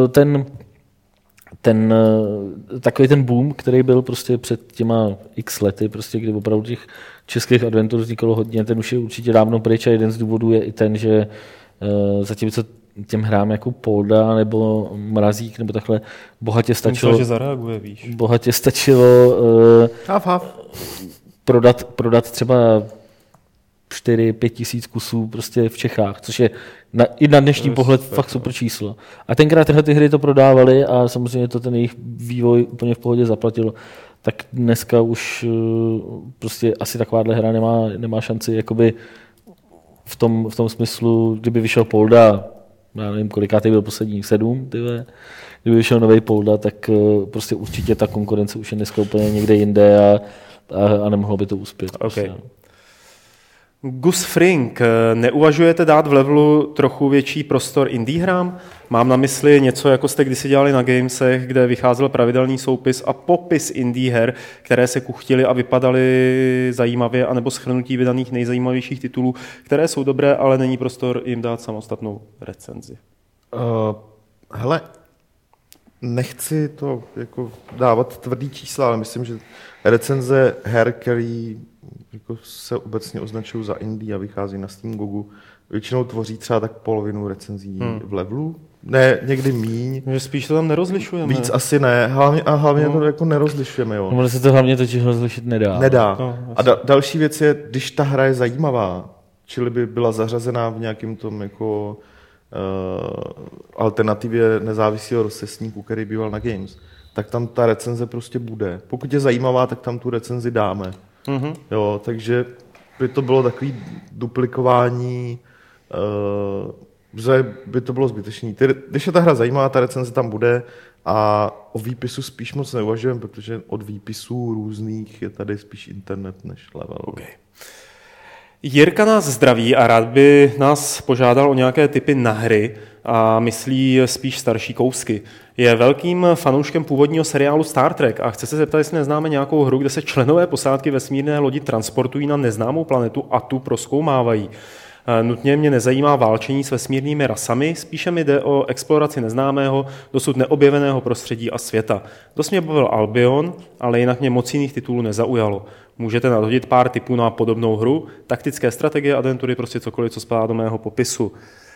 takový ten boom, který byl prostě před těma x lety, prostě, kdy opravdu těch českých adventur vznikalo hodně, ten už je určitě dávno pryč a jeden z důvodů je i ten, že zatímco těm hrám jako Polda nebo Mrazík nebo takhle bohatě stačilo... Myslím, že zareaguje, víš. Bohatě stačilo prodat třeba 4-5 tisíc kusů prostě v Čechách, což je i na dnešní pohled fakt super číslo. A tenkrát tyhle ty hry to prodávaly a samozřejmě to ten jejich vývoj úplně v pohodě zaplatilo. Tak dneska už prostě asi takováhle hra nemá šanci jakoby v tom smyslu, kdyby vyšel Polda, já nevím, kolikátý byl poslední, 7, kdyby vyšel nový Polda, tak prostě určitě ta konkurence už je dneska úplně někde jinde a nemohlo by to uspět. Okay. Prostě. Gus Frink, neuvažujete dát v levelu trochu větší prostor indie hrám? Mám na mysli něco, jako jste kdysi dělali na Gamesech, kde vycházel pravidelný soupis a popis indie her, které se kuchtily a vypadaly zajímavě, anebo shrnutí vydaných nejzajímavějších titulů, které jsou dobré, ale není prostor jim dát samostatnou recenzi. Hele, nechci to jako dávat tvrdý čísla, ale myslím, že recenze her, který jako se obecně označují za indie a vychází na Steam Gogu, většinou tvoří třeba tak polovinu recenzí v levelu. Ne, někdy míň. Že spíš to tam nerozlišujeme. Víc asi ne, hlavně to jako nerozlišujeme. Jo. No, se to hlavně totiž rozlišit nedá. No, a další věc je, když ta hra je zajímavá, čili by byla zařazená v nějakém tom jako alternativě nezávislého rozcestníku, který býval na Games, tak tam ta recenze prostě bude. Pokud je zajímavá, tak tam tu recenzi dáme. Mm-hmm. Jo, takže by to bylo takový duplikování, že by to bylo zbytečný. Když je ta hra zajímavá, ta recenze tam bude a o výpisu spíš moc neuvažujeme, protože od výpisů různých je tady spíš internet než level. Okay. Jirka nás zdraví a rád by nás požádal o nějaké tipy na hry a myslí spíš starší kousky. Je velkým fanouškem původního seriálu Star Trek a chce se zeptat, jestli neznáme nějakou hru, kde se členové posádky vesmírné lodi transportují na neznámou planetu a tu prozkoumávají. Nutně mě nezajímá válčení s vesmírnými rasami, spíše mi jde o exploraci neznámého, dosud neobjeveného prostředí a světa. Dost mě bavil Albion, ale jinak mě moc jiných titulů nezaujalo. Můžete nadhodit pár tipů na podobnou hru, taktické strategie, adventury, prostě cokoliv, co spadá do mého popisu.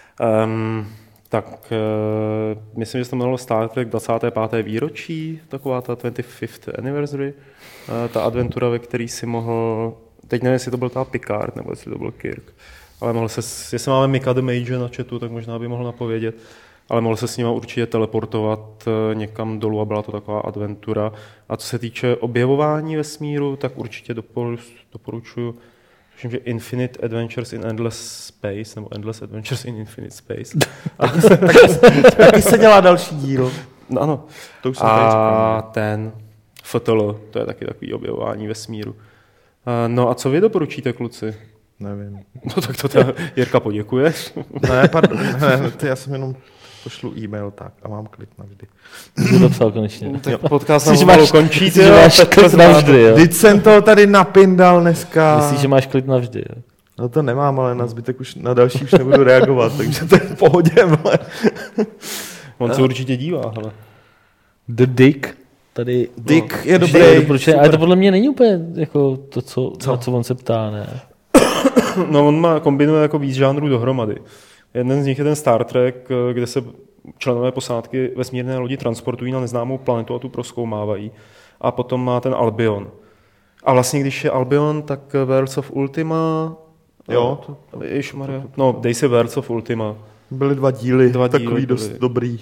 Myslím, že se to jmenovalo Star Trek 25. výročí, taková ta 25th anniversary, ta adventura, ve který si mohl, teď nevím, jestli to byl ta Picard, nebo jestli to byl Kirk, ale mohl se, jestli máme Mika the Mage na chatu, tak možná by mohl napovědět. ale mohl se s nima určitě teleportovat někam dolů a byla to taková adventura. A co se týče objevování vesmíru, tak určitě doporučuji, myslím, že Infinite Adventures in Endless Space, nebo Endless Adventures in Infinite Space. Taky se dělá další díl. No, ano. To už jsem a ten FTL, to je taky takový objevování vesmíru. No a co vy doporučíte, kluci? Nevím. No tak to teda Jirka poděkuješ. Ne, pardon, ne, já jsem jenom pošlu e-mail tak a mám klid navždy. Jsi to psal konečně. Tak podcast nám pomalu končí. Myslíš, že máš klid navždy, jo? Vždyť jsem to tady napindal dneska. Myslíš, že máš klid navždy, jo? No to nemám, ale na zbytek už, na další už nebudu reagovat, takže to je v pohodě, vole. On se určitě dívá, hele. The Dick. Tady, Dick je dobrý. Ale to podle mě není úplně jako to, na co on se ptá, ne? No on kombinuje jako víc žánrů dohromady. Jeden z nich je ten Star Trek, kde se členové posádky vesmírné lodi transportují na neznámou planetu a tu prozkoumávají. A potom má ten Albion. A vlastně, když je Albion, tak Worlds of Ultima... Jo. No, dej si Worlds of Ultima. Byly dva díly takový dost dobrý.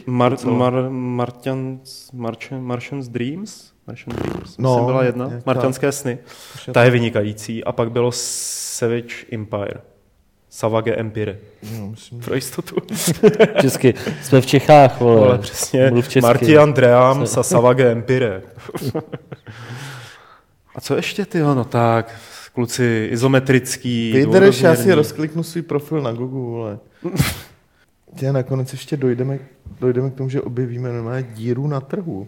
Martian's Dreams? No, byla jedna. Martianské sny. Ta je vynikající. A pak bylo Savage Empire. Savage Empire. No, myslím. Pro jistotu. Česky. Jsme v Čechách, vole. Ale přesně. Martian Dreams a Savage Empire. A co ještě, tyjo? No tak, kluci, izometrický. Vydrž, já si rozkliknu svůj profil na Google, vole. Tě nakonec ještě dojdeme k tomu, že objevíme normálně díru na trhu.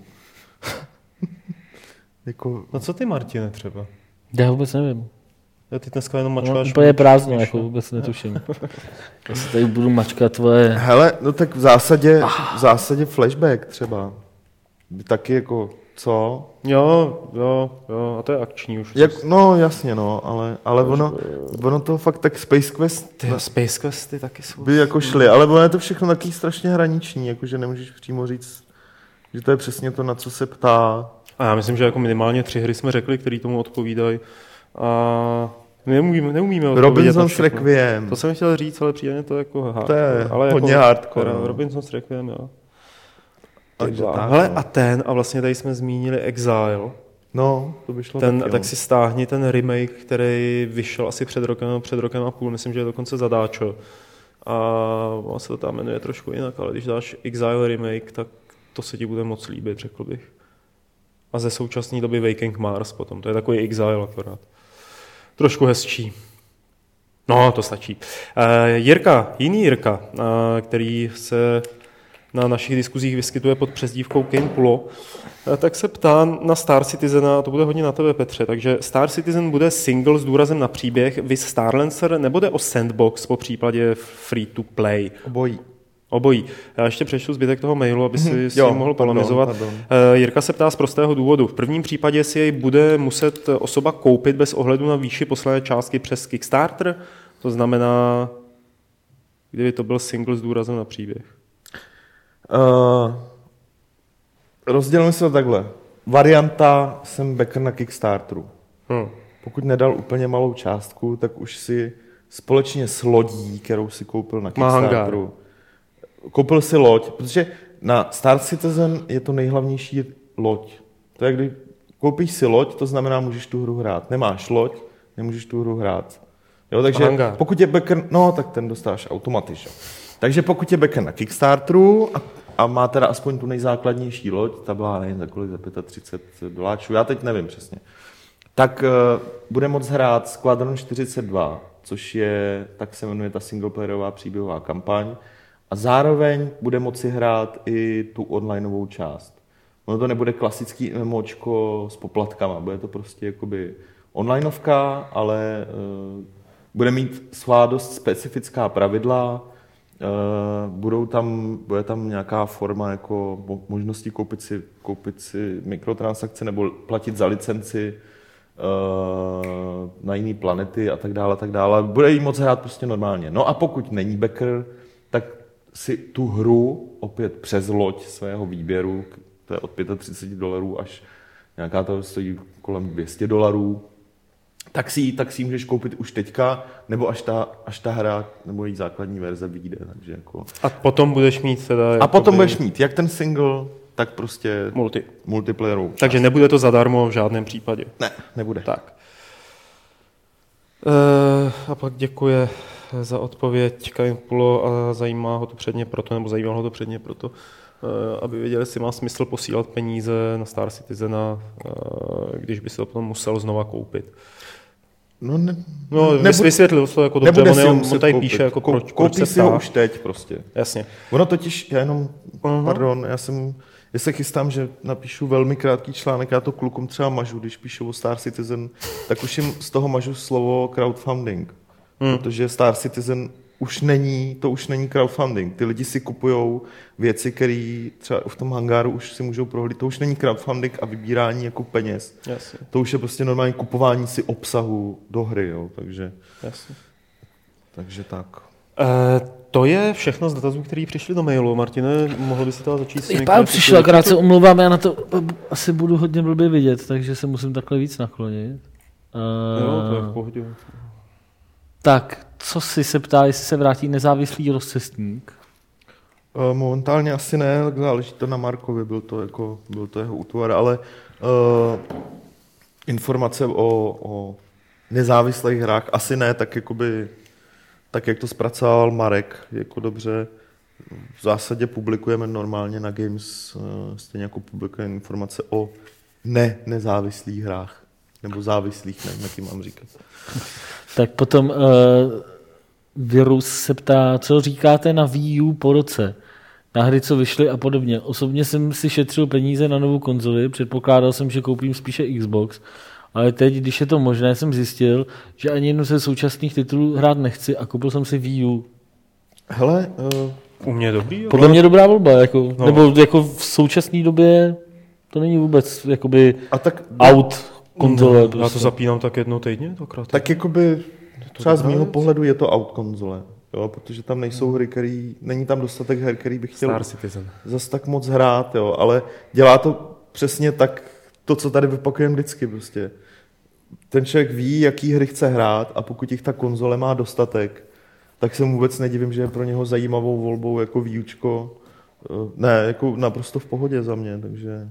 Jako... No co ty, Martine, třeba? Já vůbec nevím. Já ty dneska jenom mačkáš. To je prázdno, jako vůbec netuším. Já si tady budu mačkat tvoje... Hele, no tak v zásadě flashback třeba. Taky jako, co? Jo, a to je akční už. No jasně, no, ale ono to fakt tak Space Quest... Space Questy taky jsou... By jako šly, ale ono je to všechno taky strašně hraniční, jakože nemůžeš přímo říct, že to je přesně to, na co se ptá. A já myslím, že jako minimálně 3 hry jsme řekli, které tomu odpovídají. A neumíme odpovědět. Robinson's Requiem. To jsem chtěl říct, ale přijde to jako hardcore. To je ale hodně jako, hardcore. Robinson's Requiem, jo. Takže tak, hele, a vlastně tady jsme zmínili Exile. No, to by šlo taky, tak si stáhni ten remake, který vyšel asi před rokem a půl, myslím, že je dokonce zadáčo. A on se to tam jmenuje trošku jinak, ale když dáš Exile remake, tak to se ti bude moc líbit, řekl bych. A ze současné doby Waking Mars potom, to je takový Exile akorát. Trošku hezčí. No, to stačí. Jiný Jirka, který se na našich diskuzích vyskytuje pod přezdívkou Ken Pulo, tak se ptá na Star Citizen, a to bude hodně na tebe, Petře, takže Star Citizen bude single s důrazem na příběh, vis Starlancer, nebo jde o sandbox po případě free to play? Obojí. Já ještě přečtu zbytek toho mailu, aby si s tím mohl polemizovat. Pardon. Jirka se ptá z prostého důvodu. V prvním případě si jej bude muset osoba koupit bez ohledu na výši poslané částky přes Kickstarter, to znamená, kdyby to byl single s důrazem na příběh. Rozdělíme se to takhle. Varianta jsem backer na Kickstarteru. Pokud nedal úplně malou částku, tak už si společně s lodí, kterou si koupil na Kickstarteru, koupil si loď, protože na Star Citizen je to nejhlavnější loď. To je, když koupíš si loď, to znamená, můžeš tu hru hrát. Nemáš loď, nemůžeš tu hru hrát. Jo, takže pokud je backer, no tak ten dostáš automaticky. Takže pokud je backer na Kickstarteru a má teda aspoň tu nejzákladnější loď, ta byla nevím, za $35, já teď nevím přesně, tak bude moct hrát Squadron 42, což je, tak se jmenuje ta singleplayerová příběhová kampaň, a zároveň bude moci hrát i tu onlineovou část. Ono to nebude klasický MMOčko s poplatkama, bude to prostě jakoby onlineovka, ale bude mít svá dost specifická pravidla, bude tam nějaká forma jako možnosti koupit si mikrotransakce nebo platit za licenci na jiné planety a tak dále. Bude jí moc hrát prostě normálně. No a pokud není backer, tak si tu hru opět přes loď svého výběru, to je od $35 až nějaká to stojí kolem $200, tak si ji můžeš koupit už teďka, nebo až ta hra, nebo její základní verze vyjde. Takže jako... A potom budeš mít teda... A potom budeš mít jak ten single, tak prostě multiplayerovou část. Takže nebude to zadarmo v žádném případě. Ne, nebude. Tak. A pak děkuje za odpověď Kaimpulo a zajímalo ho to předně proto, aby věděl, jestli má smysl posílat peníze na Star Citizena, když by se to potom musel znova koupit. Vysvětlil to jako dobře, on tady píše, jako proč se koupí si ho už teď prostě. Jasně. Ono totiž, já se chystám, že napíšu velmi krátký článek, já to klukům třeba mažu, když píšu o Star Citizen, tak už jim z toho mažu slovo crowdfunding, protože Star Citizen už není crowdfunding. Ty lidi si kupujou věci, které třeba v tom hangáru už si můžou prohlídnout. To už není crowdfunding a vybírání jako peněz. Jasně. To už je prostě normální kupování si obsahu do hry, jo, takže... Jasně. Takže tak. To je všechno z dotazů, které přišly do mailu. Martine, mohl by si to začít? Pár přišel, akorát se omlouvám, já na to asi budu hodně blbě vidět, takže se musím takhle víc naklonit. Jo, to je v pohodě. Tak, co si se ptá, jestli se vrátí nezávislý rozcestník? Momentálně asi ne, záleží to na Markovi, byl to jeho útvar, ale informace o nezávislých hrách asi ne, tak jakoby, tak jak to zpracoval Marek, jako dobře. V zásadě publikujeme normálně na Games, stejně jako publikujeme informace o nezávislých hrách. Nebo závislých, nevím, jaký mám říkat. Tak potom Virus se ptá, co říkáte na Wii U po roce? Na hry, co vyšly a podobně. Osobně jsem si šetřil peníze na novou konzoli, předpokládal jsem, že koupím spíše Xbox, ale teď, když je to možné, jsem zjistil, že ani jednu ze současných titulů hrát nechci a koupil jsem si Wii U. Hele, u mě dobrý? Podle mě dobrá volba, jako, no. Nebo jako v současné době to není vůbec jakoby out konzole. Já to zapínám tak jednou týdně? Dvakrát. Tak jakoby třeba z mýho pohledu je to out konzole, jo, protože tam nejsou hry, není tam dostatek her, který bych chtěl zas tak moc hrát, jo, ale dělá to přesně tak, to, co tady vypakujeme vždycky prostě. Ten člověk ví, jaký hry chce hrát a pokud jich ta konzole má dostatek, tak se mu vůbec nedivím, že je pro něho zajímavou volbou jako výučko. Ne, jako naprosto v pohodě za mě, takže...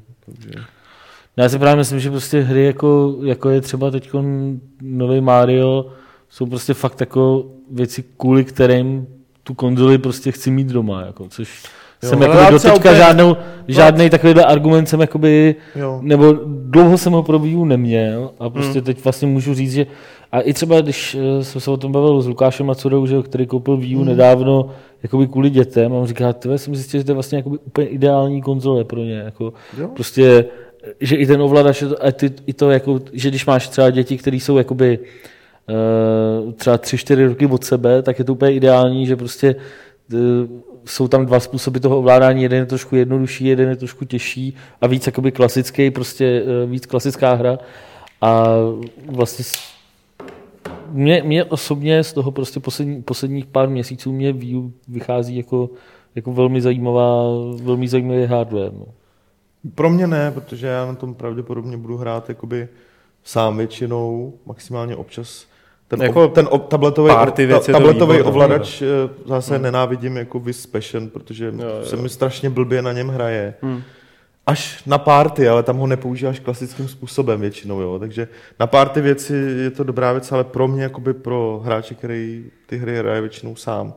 Já si právě myslím, že prostě hry jako je třeba teď nový Mario, jsou prostě fakt jako věci, kvůli kterým tu konzoli prostě chci mít doma, jako, což jsem jakoby doteďka žádný takovýhle argument jsem jakoby, nebo dlouho jsem ho pro Wii U neměl a prostě teď vlastně můžu říct, že a i třeba, když jsem se o tom bavil s Lukášem Macurou, že, který koupil Wii U nedávno jakoby kvůli dětem a on říká, tyhle jsem zjistil, že to je vlastně jakoby úplně ideální konzole pro ně, jako, prostě, že i ten ovladač, i to jako, že když máš třeba děti, které jsou jakoby třeba 3-4 roky od sebe, tak je to úplně ideální, že prostě jsou tam dva způsoby toho ovládání, jeden je trošku jednodušší, jeden je trošku těžší a víc jakoby klasický, prostě víc klasická hra a vlastně mě osobně z toho prostě posledních pár měsíců mě Wii U vychází jako velmi zajímavý hardware. No. Pro mě ne, protože já na tom pravděpodobně budu hrát jakoby sám většinou, maximálně občas. Ten tabletový ovladač zase nenávidím jako Wiz Passion, protože se mi strašně blbě na něm hraje. Až na party, ale tam ho nepoužíváš klasickým způsobem většinou, jo. Takže na party věci je to dobrá věc, ale pro mě, jakoby pro hráče, který ty hry hraje většinou sám,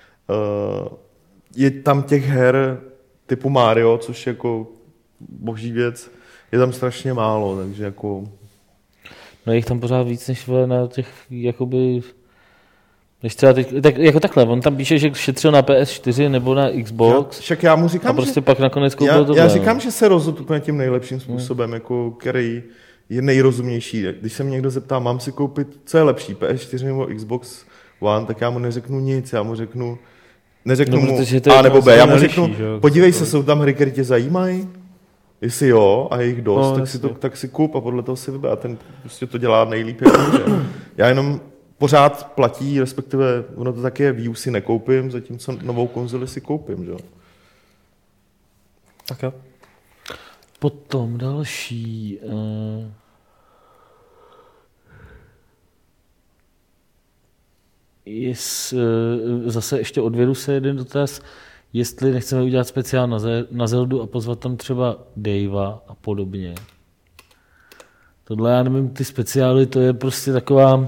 je tam těch her typu Mario, což je jako boží věc, je tam strašně málo, takže jako... No je jich tam pořád víc než na těch, jakoby... Než třeba teď, tak, jako takhle, on tam píše, že šetřil na PS4 nebo na Xbox však já mu říkám, a prostě pak nakonec koupil to. Já říkám, že se rozhodl úplně tím nejlepším způsobem, jako který je nejrozumnější. Když se mě někdo zeptá, mám si koupit, co je lepší, PS4 nebo Xbox One, tak já mu neřeknu nic, já mu neřeknu mu A nebo B, já mu řeknu, podívej se, jsou tam hry, které tě zajímají, jestli jo a je jich dost, tak si kup a podle toho si vyber a ten prostě to dělá nejlíp, jak může. Já jenom pořád platí, respektive ono to taky je, Wii U si nekoupím, zatímco novou konzoli si koupím, že? Tak jo. Potom další... zase ještě od Viruse jeden dotaz, jestli nechceme udělat speciál na Zeldu a pozvat tam třeba Davea a podobně. Tohle já nevím, ty speciály, to je prostě taková...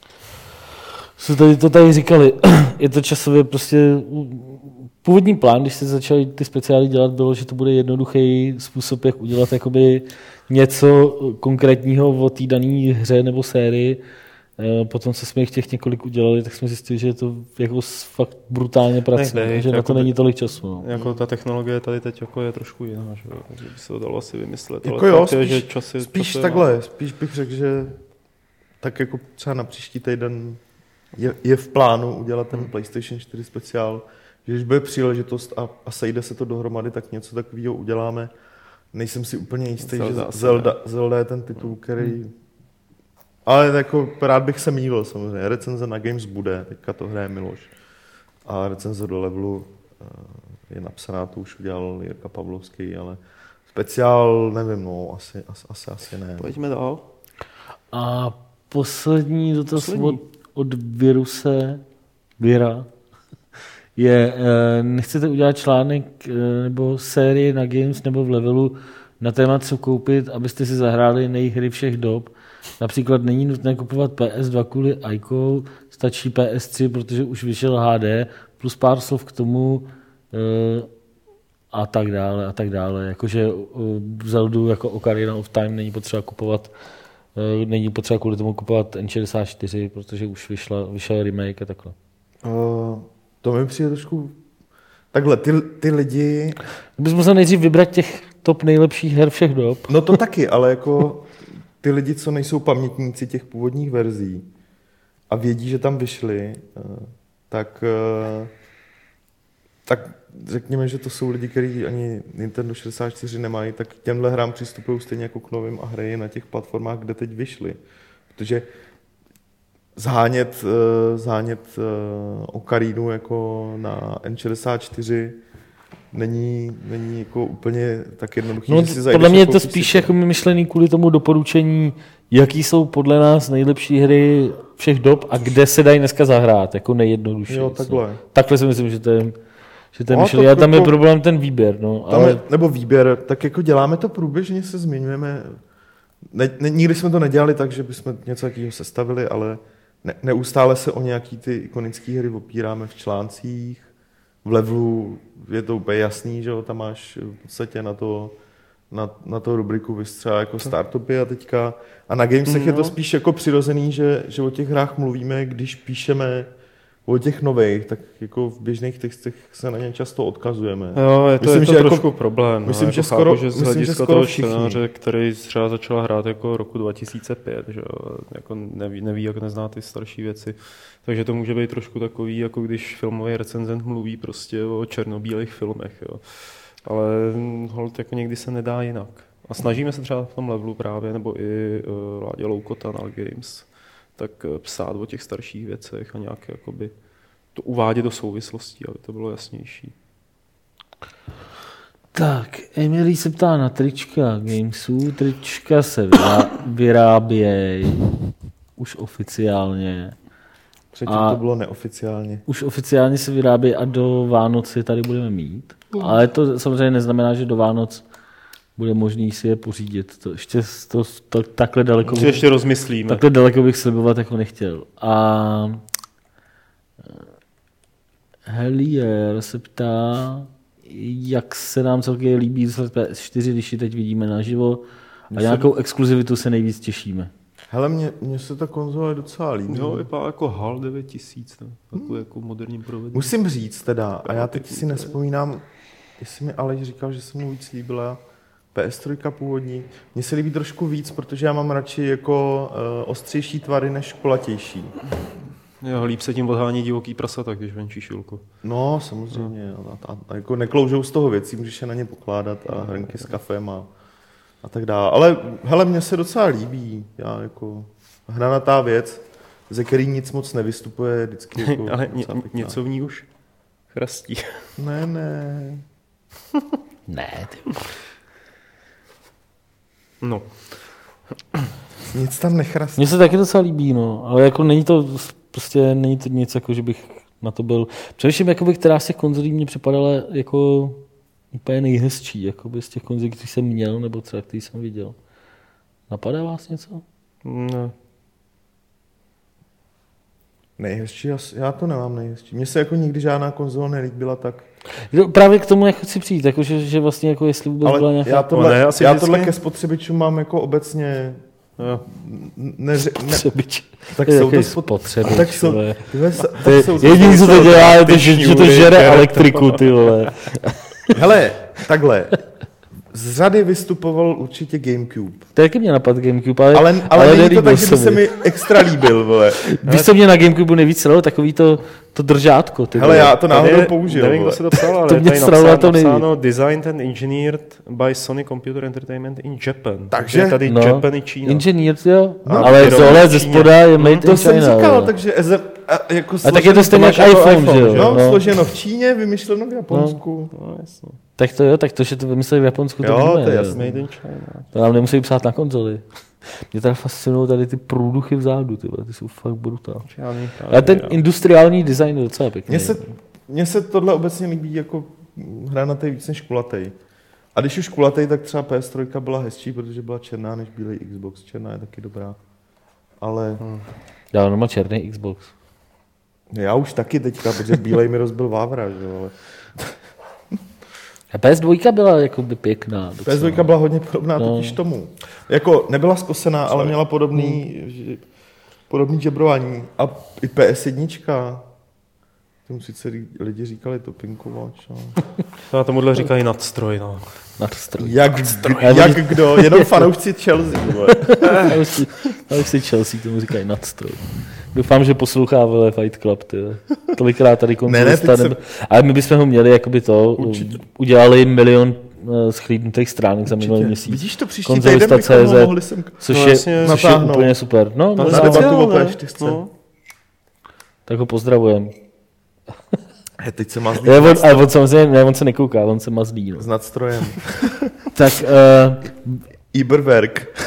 To tady říkali, je to časově prostě... Původní plán, když se začali ty speciály dělat, bylo, že to bude jednoduchý způsob, jak udělat jakoby něco konkrétního o té dané hře nebo sérii. Potom, co jsme těch několik udělali, tak jsme zjistili, že je to jako fakt brutálně pracuje, že jako na to není tolik času. No. Jako ta technologie tady teď jako je trošku jiná, že by se to dalo asi vymyslet. Jako jo, spíš takhle, spíš bych řekl, že tak jako třeba na příští týden je v plánu udělat ten PlayStation 4 speciál, že když bude příležitost a sejde se to dohromady, tak něco takového uděláme. Nejsem si úplně jistý, že Zelda je ten titul, který... Ale jako rád bych se mýlil samozřejmě. Recenze na Games bude, teďka to hraje Miloš. A recenze do Levelu je napsaná, to už udělal Jirka Pavlovský, ale speciál nevím, no, asi ne. Pojďme dál. A poslední dotaz od Vira je, nechcete udělat článek nebo sérii na Games nebo v Levelu na téma, co koupit, abyste si zahráli nejhry všech dob. Například není nutné kupovat PS2 kvůli ICO, stačí PS3, protože už vyšel HD, plus pár slov k tomu a tak dále. Jakože Zeldu jako Ocarina of Time není potřeba kupovat, není potřeba kvůli tomu kupovat N64, protože už vyšel remake a takhle. To mi přijde trošku... Takhle, ty lidi... Bys musel nejdřív vybrat těch top nejlepších her všech dob. No to taky, ale jako ty lidi, co nejsou pamětníci těch původních verzí a vědí, že tam vyšly, tak řekněme, že to jsou lidi, kteří ani Nintendo 64 nemají, tak k těmhle hrám přistupují stejně jako k novým a hrají na těch platformách, kde teď vyšly. Protože zhánět Ocarinu jako na N64 není jako úplně tak jednoduchý, no, že si zajdeš. Podle mě je to spíš jako myšlený kvůli tomu doporučení, jaký jsou podle nás nejlepší hry všech dob a kde se dají dneska zahrát, jako nejjednodušší. Jo, takhle. Takhle si myslím, že to je myšlený. A tam je problém ten výběr. No, nebo výběr, tak jako děláme to průběžně, se zmiňujeme. Nikdy jsme to nedělali tak, že bychom něco takového sestavili, ale neustále se o nějaký ty ikonické hry opíráme v článcích. V Levelu je to úplně jasný, že jo, tam máš v podstatě na to rubriku vystřela jako startupy a teďka. A na Gamesech je to spíš jako přirozený, že o těch hrách mluvíme, když píšeme o těch nových, tak jako v běžných textech se na ně často odkazujeme. Jo, je to trošku jako, problém. Myslím, no, že jako skoro, chápu, že z hlediska toho čtenáře, který třeba začal hrát jako roku 2005, že jo, jako neví, jak nezná ty starší věci. Takže to může být trošku takový, jako když filmový recenzent mluví prostě o černobílých filmech, jo. Ale holt jako někdy se nedá jinak. A snažíme se třeba v tom Levelu právě, nebo i Láďa Loukota na Games, tak psát o těch starších věcech a nějak jakoby to uvádět do souvislostí, aby to bylo jasnější. Tak, Emily se ptá na trička Gamesů. Trička se vyrábějí už oficiálně. Předtím to bylo neoficiálně. Už oficiálně se vyrábí a do Vánoc je tady budeme mít. Ale to samozřejmě neznamená, že do Vánoc bude možný si je pořídit. To ještě takhle daleko... To ještě rozmyslíme. Takhle daleko bych slibovat jako nechtěl. A Helier se ptá, jak se nám celkem líbí PS4, když ji teď vidíme naživo a nějakou exkluzivitu se nejvíc těšíme. Hele, mně se ta konzole docela líbí. Jo, vypadá jako HAL 9000, takový jako moderním provedení. Musím říct teda, a já teď si nespomínám, jestli mi Aleš říkal, že se mu víc líbila PS3 původní. Mně se líbí trošku víc, protože já mám radši jako ostřejší tvary než kulatější. Jo, líp se tím odhání divoký prasata, když venčí šilku. No, samozřejmě. A jako nekloužou z toho věcí, můžeš je na ně pokládat a hrnky s kafem a tak dále. Ale hele, mně se docela líbí. Já jako hranatá věc, ze který nic moc nevystupuje, vždycky jako... Ale něco v ní už chrastí. Ne. Ne, ty. No. Nic tam nechrastí. Mně se taky docela líbí, no, ale jako není to prostě není to nic, jako že bych na to byl. Především, jakoby, která z těch konzolí mě připadala jako úplně nejhezčí, jakoby z těch konzolí, který jsem měl, nebo třeba který jsem viděl. Napadá vás něco? Ne. Nejhezčí, já to nemám nejhezčí. Mně se jako nikdy žádná konzola nelíbila tak. Právě k tomu jako chci přijít, jako, že vlastně jako jestli vůbec ale byla nějaká... Já tohle ke spotřebičům mám jako obecně... Spotřebič. Tak jsou to spotřebič. Tak jsou jediný, co to dělá, je, že to žere elektriku, ty vole. Hele, takhle. Z řady vystupoval určitě GameCube. To jaký mě napad GameCube, ale není to tak, že by se mi extra líbil, vole. Víš, co mě na GameCube nejvíc sralo? Takový to držátko. Hele, já to náhodou použil. Nevím, kdo se to psal, ale to mě je tady napsáno Designed and Engineered by Sony Computer Entertainment in Japan. Takže tady Japan i Čína. Engineered, jo. Ale dole ze spoda je made in China. To jsem říkal, takže jako a tak je to stejně jako iPhone, že jo? No, složeno v Číně, vymyšleno v Japonsku. No, jasně. Tak to jo, tak to, že to vymysleli v Japonsku, to jo, víme. To je jasný. Made in China. To nám nemusí psát na konzoli. Mě teda fascinují tady ty průduchy vzadu, ty jsou fakt brutální. Ale ten industriální design je docela pěkný. Mně se tohle obecně líbí jako hranatý víc než kulatej. A když už kulatej, tak třeba PS3 byla hezčí, protože byla černá než bílej Xbox. Černá je taky dobrá. Ale... Já mám černý Xbox. Já už taky teďka, protože bílej mi rozbil vávra, že jo, ale... A PS2 byla jakoby pěkná. Docela. PS2 byla hodně podobná totiž tomu. Jako nebyla zkosená, ale měla podobný žebrování. A i PS1, tomu sice lidi říkali topinkovač. Na tomuhle říkají nadstroj, no. Nadstroj. Jak kdo? Jenom fanoušci Chelsea. Fanoušci Chelsea tomu říkají nadstroj. Doufám, že poslouchá Fight Club, ty. Tolikrát tady konzolista. Ale my bychom ho měli, jakoby to, udělali 1 milion schlídnutých stránek za minulý měsíc. Vidíš to příští týden, bychom mohli sem což je úplně super. No, na debatu o P4. Tak ho pozdravujem. Teď se mazdí. Ale on samozřejmě, on se nekouká, on se mazdí. No. S nadstrojem. Tak... Iberwerk.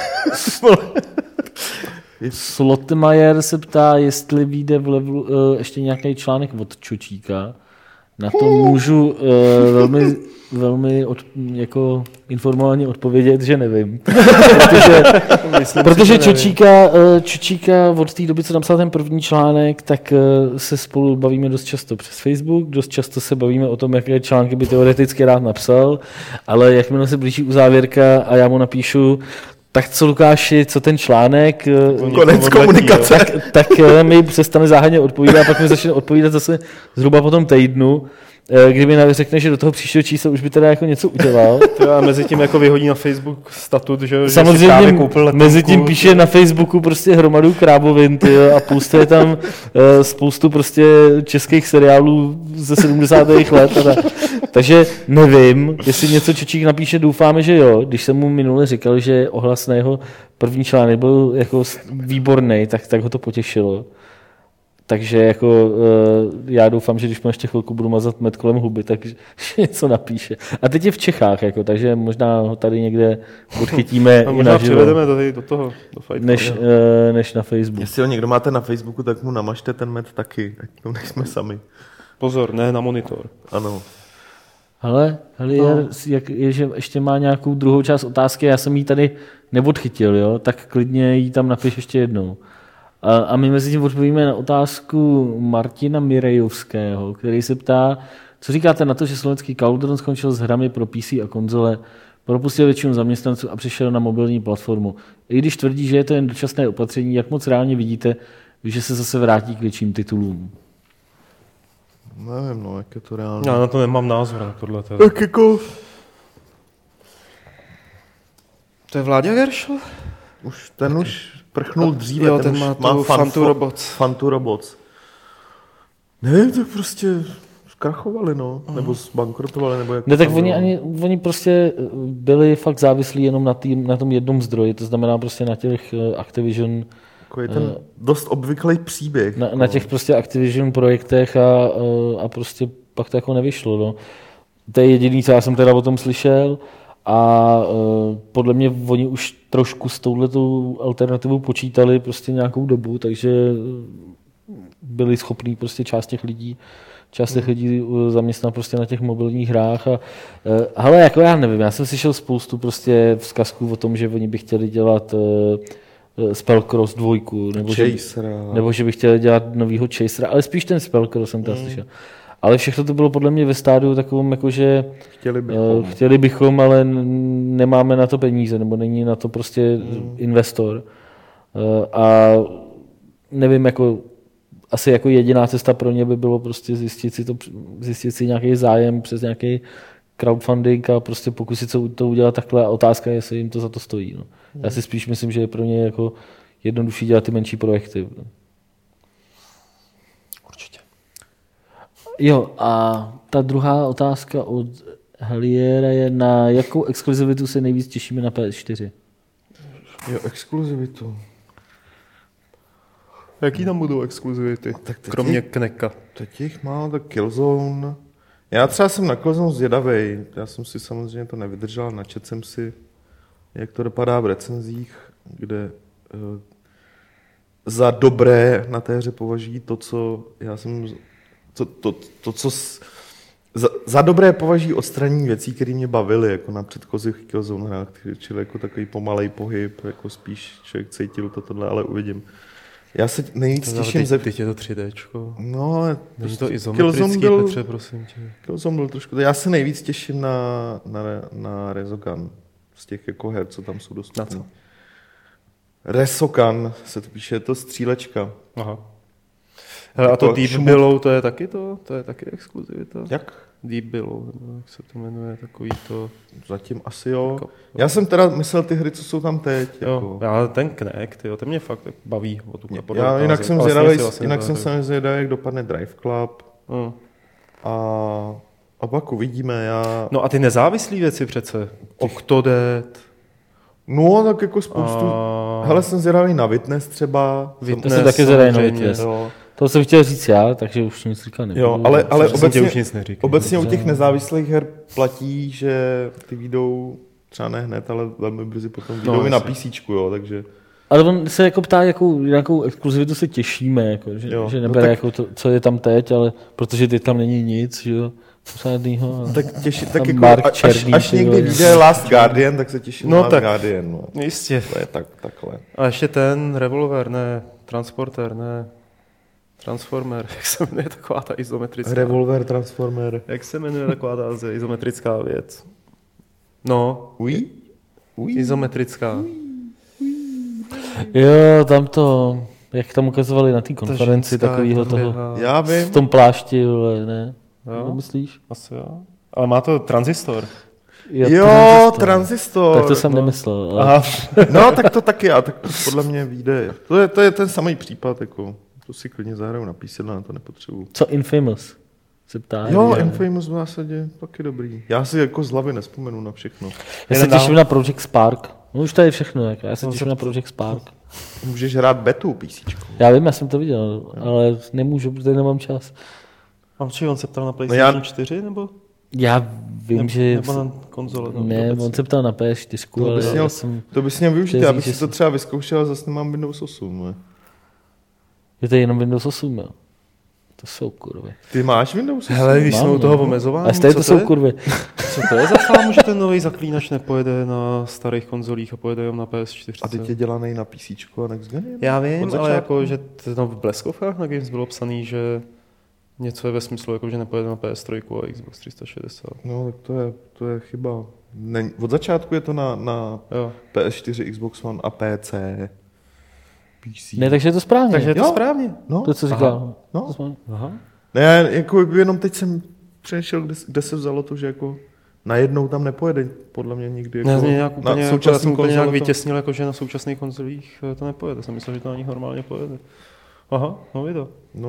Slotmajer se ptá, jestli vyjde v levelu ještě nějaký článek od Čočíka. Na to můžu velmi jako informovaně odpovědět, že nevím. protože Čočíka od té doby, co napsal ten první článek, tak se spolu bavíme dost často přes Facebook, dost často se bavíme o tom, jaké články by teoreticky rád napsal, ale jakmile se blíží uzávěrka a já mu napíšu, tak co Lukáši, co ten článek, konec komunikace, tak mi přestane záhadně odpovídat a pak mi začne odpovídat zase zhruba po tom týdnu, kdyby řekne, že do toho příštího čísla už by teda jako něco udělal. A mezi tím jako vyhodí na Facebook statut, že samozřejmě si koupil letenku, mezi tím píše na Facebooku prostě hromadu krábovin a pustuje tam spoustu prostě českých seriálů ze 70. let. Takže nevím, jestli něco Čočík napíše, doufáme, že jo. Když jsem mu minule říkal, že ohlas na jeho první článek byl jako výborný, tak ho to potěšilo. Takže jako já doufám, že když mu ještě chvilku budu mazat med kolem huby, takže něco napíše. A teď je v Čechách, jako, takže možná ho tady někde podchytíme. A možná přivedeme do toho, do Fight než na Facebooku. Jestli ho někdo máte na Facebooku, tak mu namažte ten med taky, ať to nejsme sami. Pozor, ne na monitor. Ano. Ale že ještě má nějakou druhou část otázky, já jsem ji tady neodchytil, jo? Tak klidně ji tam napiš ještě jednou. A my mezi tím odpovíme na otázku Martina Mirejovského, který se ptá, co říkáte na to, že slovenský Cauldron skončil s hrami pro PC a konzole, propustil většinu zaměstnanců a přišel na mobilní platformu. I když tvrdí, že je to jen dočasné opatření, jak moc reálně vidíte, že se zase vrátí k větším titulům? Nevím, jak je to reálně. Já na to nemám názor na tohle. Tak jako... To je Vláďa Geršl? Ten už prchnul dříve, jo, ten má Fantu Robots. Fantu Robots. Nevím, tak prostě zkrachovali, nebo zbankrotovali, nebo jak... Ne, tak oni prostě byli fakt závislí jenom na tom jednom zdroji, to znamená prostě na těch Activision... Je ten dost obvyklý příběh. Na těch prostě Activision projektech a prostě pak to jako nevyšlo, no. To je jediný, co já jsem teda o tom slyšel. A podle mě oni už trošku s touhletou alternativou počítali prostě nějakou dobu, takže byli schopní prostě část těch lidí zaměstnat prostě na těch mobilních hrách. Ale jako já nevím, já jsem slyšel spoustu prostě vzkazků o tom, že oni by chtěli dělat Spellcross 2, nebo že by chtěli dělat novýho Chasera, ale spíš ten Spellcross jsem to slyšel. Ale všechno to bylo podle mě ve stádiu takovém, jakože chtěli bychom, ale nemáme na to peníze, nebo není na to prostě investor. A nevím, jako asi jako jediná cesta pro ně by bylo prostě zjistit si nějaký zájem přes nějaký crowdfunding a prostě pokusit se to udělat takhle a otázka je, jestli jim to za to stojí. No. Já si spíš myslím, že je pro ně jako jednodušší dělat ty menší projekty. Určitě. Jo, a ta druhá otázka od Heliera je, na jakou exkluzivitu se nejvíc těšíme na PS4? Jo, exkluzivitu. Jaký tam budou exkluzivity, kromě Kneka? Teď jich má, tak Killzone. Já třeba jsem na Killzone zvědavej. Já jsem si samozřejmě to nevydržel, načetl jsem si, jak to dopadá v recenzích, kde za dobré na té hře považují to, co já jsem... Za dobré považují odstranění věcí, které mě bavily, jako na předchozích Killzone hrách, čili jako takový pomalej pohyb, jako spíš člověk cítil tohle, ale uvidím. Já se nejvíc těším... Teď je to 3Dčko. No, není to izometrický, Petře, prosím tě. Killzone byl trošku... Já se nejvíc těším na Resogun z těch jako her, co tam jsou dostupné. Na co? Resogun se to píše, je to střílečka. Aha. Hele, a to Deep Below, to je taky to? To je taky exkluzivita? Jak? Deep Below, nebo jak se to jmenuje, takový to... Zatím asi jo. Jako, já jsem teda myslel ty hry, co jsou tam teď. Jo, já ten Knek, ten mě fakt baví. Já jinak jsem zvědavý, jak dopadne Drive Club. A pak uvidíme. No a ty nezávislý věci přece. Octodad. No, tak jako spoustu. Hele, jsem zvědavý na Witness třeba. Witness jsem taky zvědavý na Witness. To jsem chtěl říct já, takže už nic říkat nebudu. Jo, ale obecně u těch nezávislých her platí, že ty vyjdou třeba ne hned, ale velmi brzy potom vyjdou i na PCčku, jo, takže... Ale on se jako ptá, jakou exkluzivitu se těšíme, jako, že nebere tak... jako to, co je tam teď, ale protože teď tam není nic, že jo, pořádnýho. Tak jako, až někdy vyjde Last Guardian, tak se těším na Last Guardian. No. Jistě. To je takhle. A ještě ten Revolver, ne, Transporter, ne... Transformer, jak se jmenuje taková ta izometrická... Revolver, Transformer. Jak se jmenuje taková ta izometrická věc? No. Izometrická. Jo, tam to, jak tam ukazovali na té konferenci takového toho... Já vím. V tom plášti, ne? Jo, myslíš? Asi jo. Ale má to tranzistor. Jo, tranzistor. Tak to jsem nemyslel. Ale... Aha. No, tak to taky já, tak to podle mě vyjde. To je ten samý případ, jako... To si klidně zahraju na PC, ale na to nepotřebuju. Co Infamous? Se ptá. Jo, Infamous v zásadě taky dobrý. Já si jako z hlavy nespomenu na všechno. Já se těším na Project Spark. No už to je všechno. Jako. Já se těším na Project Spark. Můžeš hrát betu PCčku. Já vím, já jsem to viděl, ale nemůžu, protože nemám čas. A či on se ptal na PlayStation 4, nebo? Já vím, že... Nebo na konzole? Ne, on se ptal na PS4, ale to bys měl využít, já bych si to třeba vyzkoušel, ale zase nemám Windows 8, ne? Je to jenom Windows 8, jo? To jsou kurvy. Ty máš Windows 8? Hele, když jsme u toho omezování, a to jsou kurvy. Co to je za fámu, že ten nový Zaklínač nepojede na starých konzolích a pojede jenom na PS4? A teď je dělaný na PCčku a Next Gen? Já vím, ale jako, že v bleskovkách na Games bylo psaný, že něco je ve smyslu, jako, že nepojede na PS3 a Xbox 360. No, tak to je chyba. Od začátku je to na PS4, Xbox One a PC. PC. Ne, takže je to správně. Takže je to správně. No. To, co říkal. Aha. Ne, jako jenom teď jsem přešel, kde se vzalo to, že jako najednou tam nepojede, podle mě nikdy. Jako ne, nějak úplně, já jsem úplně nějak vytěsnil, jako, že na současných konzolích to nepojede. Jsem myslel, že to na nich normálně pojede. Aha, no viděl. No.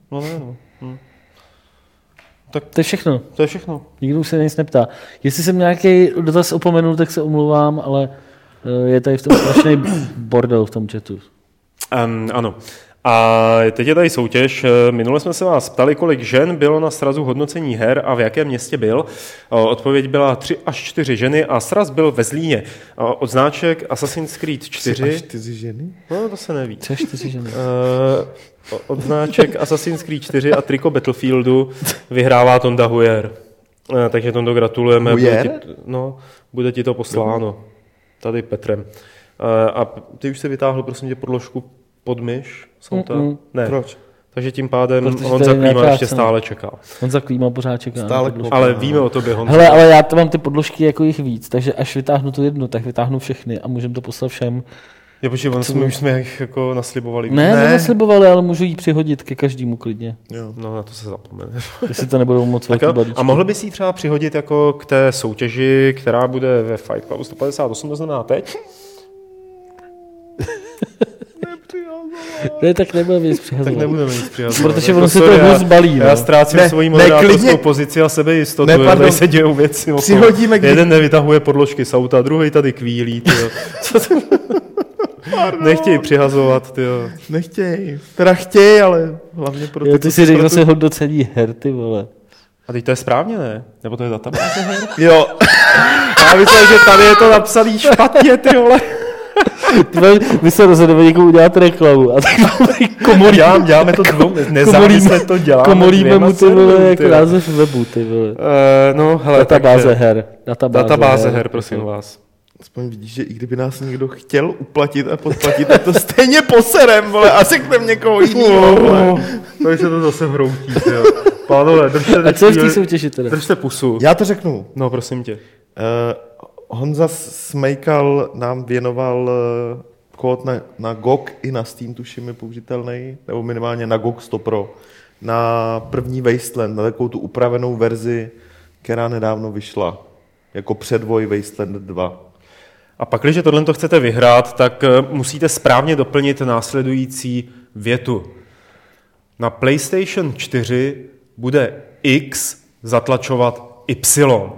Tak to je všechno. To je všechno. Nikdo se nic neptá. Jestli jsem nějaký dotaz opomenul, tak se omlouvám, ale je tady v tom strašný bordel v tom chatu. Ano. A teď je tady soutěž. Minule jsme se vás ptali, kolik žen bylo na srazu hodnocení her a v jakém městě byl. Odpověď byla 3 až 4 ženy a sraz byl ve Zlíně. Odznáček Assassin's Creed 4. 3 až 4 ženy? No, to se neví. 3 až 4 ženy. odznáček Assassin's Creed 4 a triko Battlefieldu vyhrává Tonda Hujer. Takže Tondo gratulujeme. Bude ti to posláno. Tady Petrem. A ty už si vytáhl, prosím tě, podložku pod myš? Ne. Proč? Takže tím pádem Honza Klíma ještě stále čeká. Honza Klíma pořád čeká. Ale víme o tobě, Honza. Hele, ale já to mám ty podložky jako jich víc, takže až vytáhnu tu jednu, tak vytáhnu všechny a můžeme to poslat všem. Už jsme jich jako naslibovali. Ne, nenaslibovali, ale můžu jí přihodit ke každému klidně. Jo. No, na to se zapomene. Jestli to nebudou moc velký balíčky. A mohl bys jí třeba přihodit jako k té soutěži, která bude ve Fight Clubu 158, to znamená teď? Ne, tak nebudeme nic přihazovat. Tak nebudeme nic přihazovat. Protože ono se to hůř balí. Já ztrácím svoji moderátorskou pozici a sebejistotu. Tady se dějou věci. Jeden nevytahuje podložky z auta, druhý tady kvílí. Nechtějí přihazovat. Tyjo. Nechtějí. Teda chtějí, ale hlavně proto. Ty si řekl, že se hodnocení her, ty vole. A teď to je správně, ne? Nebo to je databáze her? Jo. Já myslím, že tady je to napsaný špatně, ty vole. My se rozhodneme někomu udělat reklamu a tak děláme to nezávisle to děláme. Komolíme mu ty vole jako název webu, ty vole. Databáze her. Databáze her, prosím vás. Aspoň vidíš, že i kdyby nás někdo chtěl uplatit a podplatit, tak to stejně poserem, vole, a řekneme někoho jiného. Takže se to zase hroutí, jo. Pánové, držte pusu. Já to řeknu. No, prosím tě. Honza Smejkal nám věnoval kód na GOG i na Steam, tuším je použitelný, nebo minimálně na GOG 100 Pro, na první Wasteland, na takovou tu upravenou verzi, která nedávno vyšla, jako předvoj Wasteland 2. A pak, když tohle chcete vyhrát, tak musíte správně doplnit následující větu. Na PlayStation 4 bude X zatlačovat Y.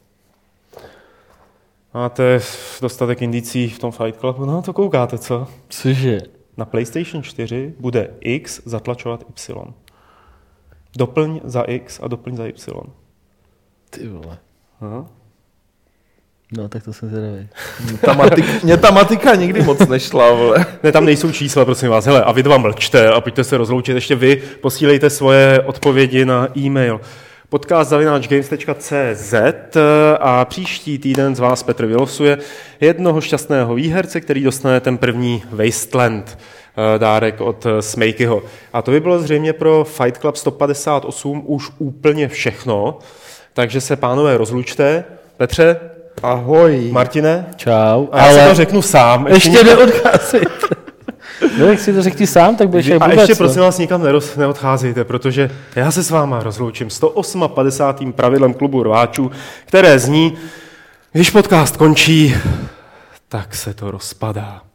Máte dostatek indicí v tom Fight Clubu? No, to koukáte, co? Cože? Na PlayStation 4 bude X zatlačovat Y. Doplň za X a doplň za Y. Ty vole. Aha. No, tak to jsem zvědavý. Mě ta matika nikdy moc nešla, vole. Ne, tam nejsou čísla, prosím vás. Hele, a vy dva mlčte a pojďte se rozloučit. Ještě vy posílejte svoje odpovědi na e-mail podcast@games.cz a příští týden z vás Petr vylosuje jednoho šťastného výherce, který dostane ten první Wasteland dárek od Smejkyho. A to by bylo zřejmě pro Fight Club 158 už úplně všechno, takže se, pánové, rozlučte. Petře? Ahoj. Martine? Čau. A já si to řeknu sám. Ještě neodcházejte. No, jak si to řekni sám, tak budeš a ještě prosím vás nikam neodcházejte, protože já se s váma rozloučím 158. pravidlem klubu rváčů, které zní, když podcast končí, tak se to rozpadá.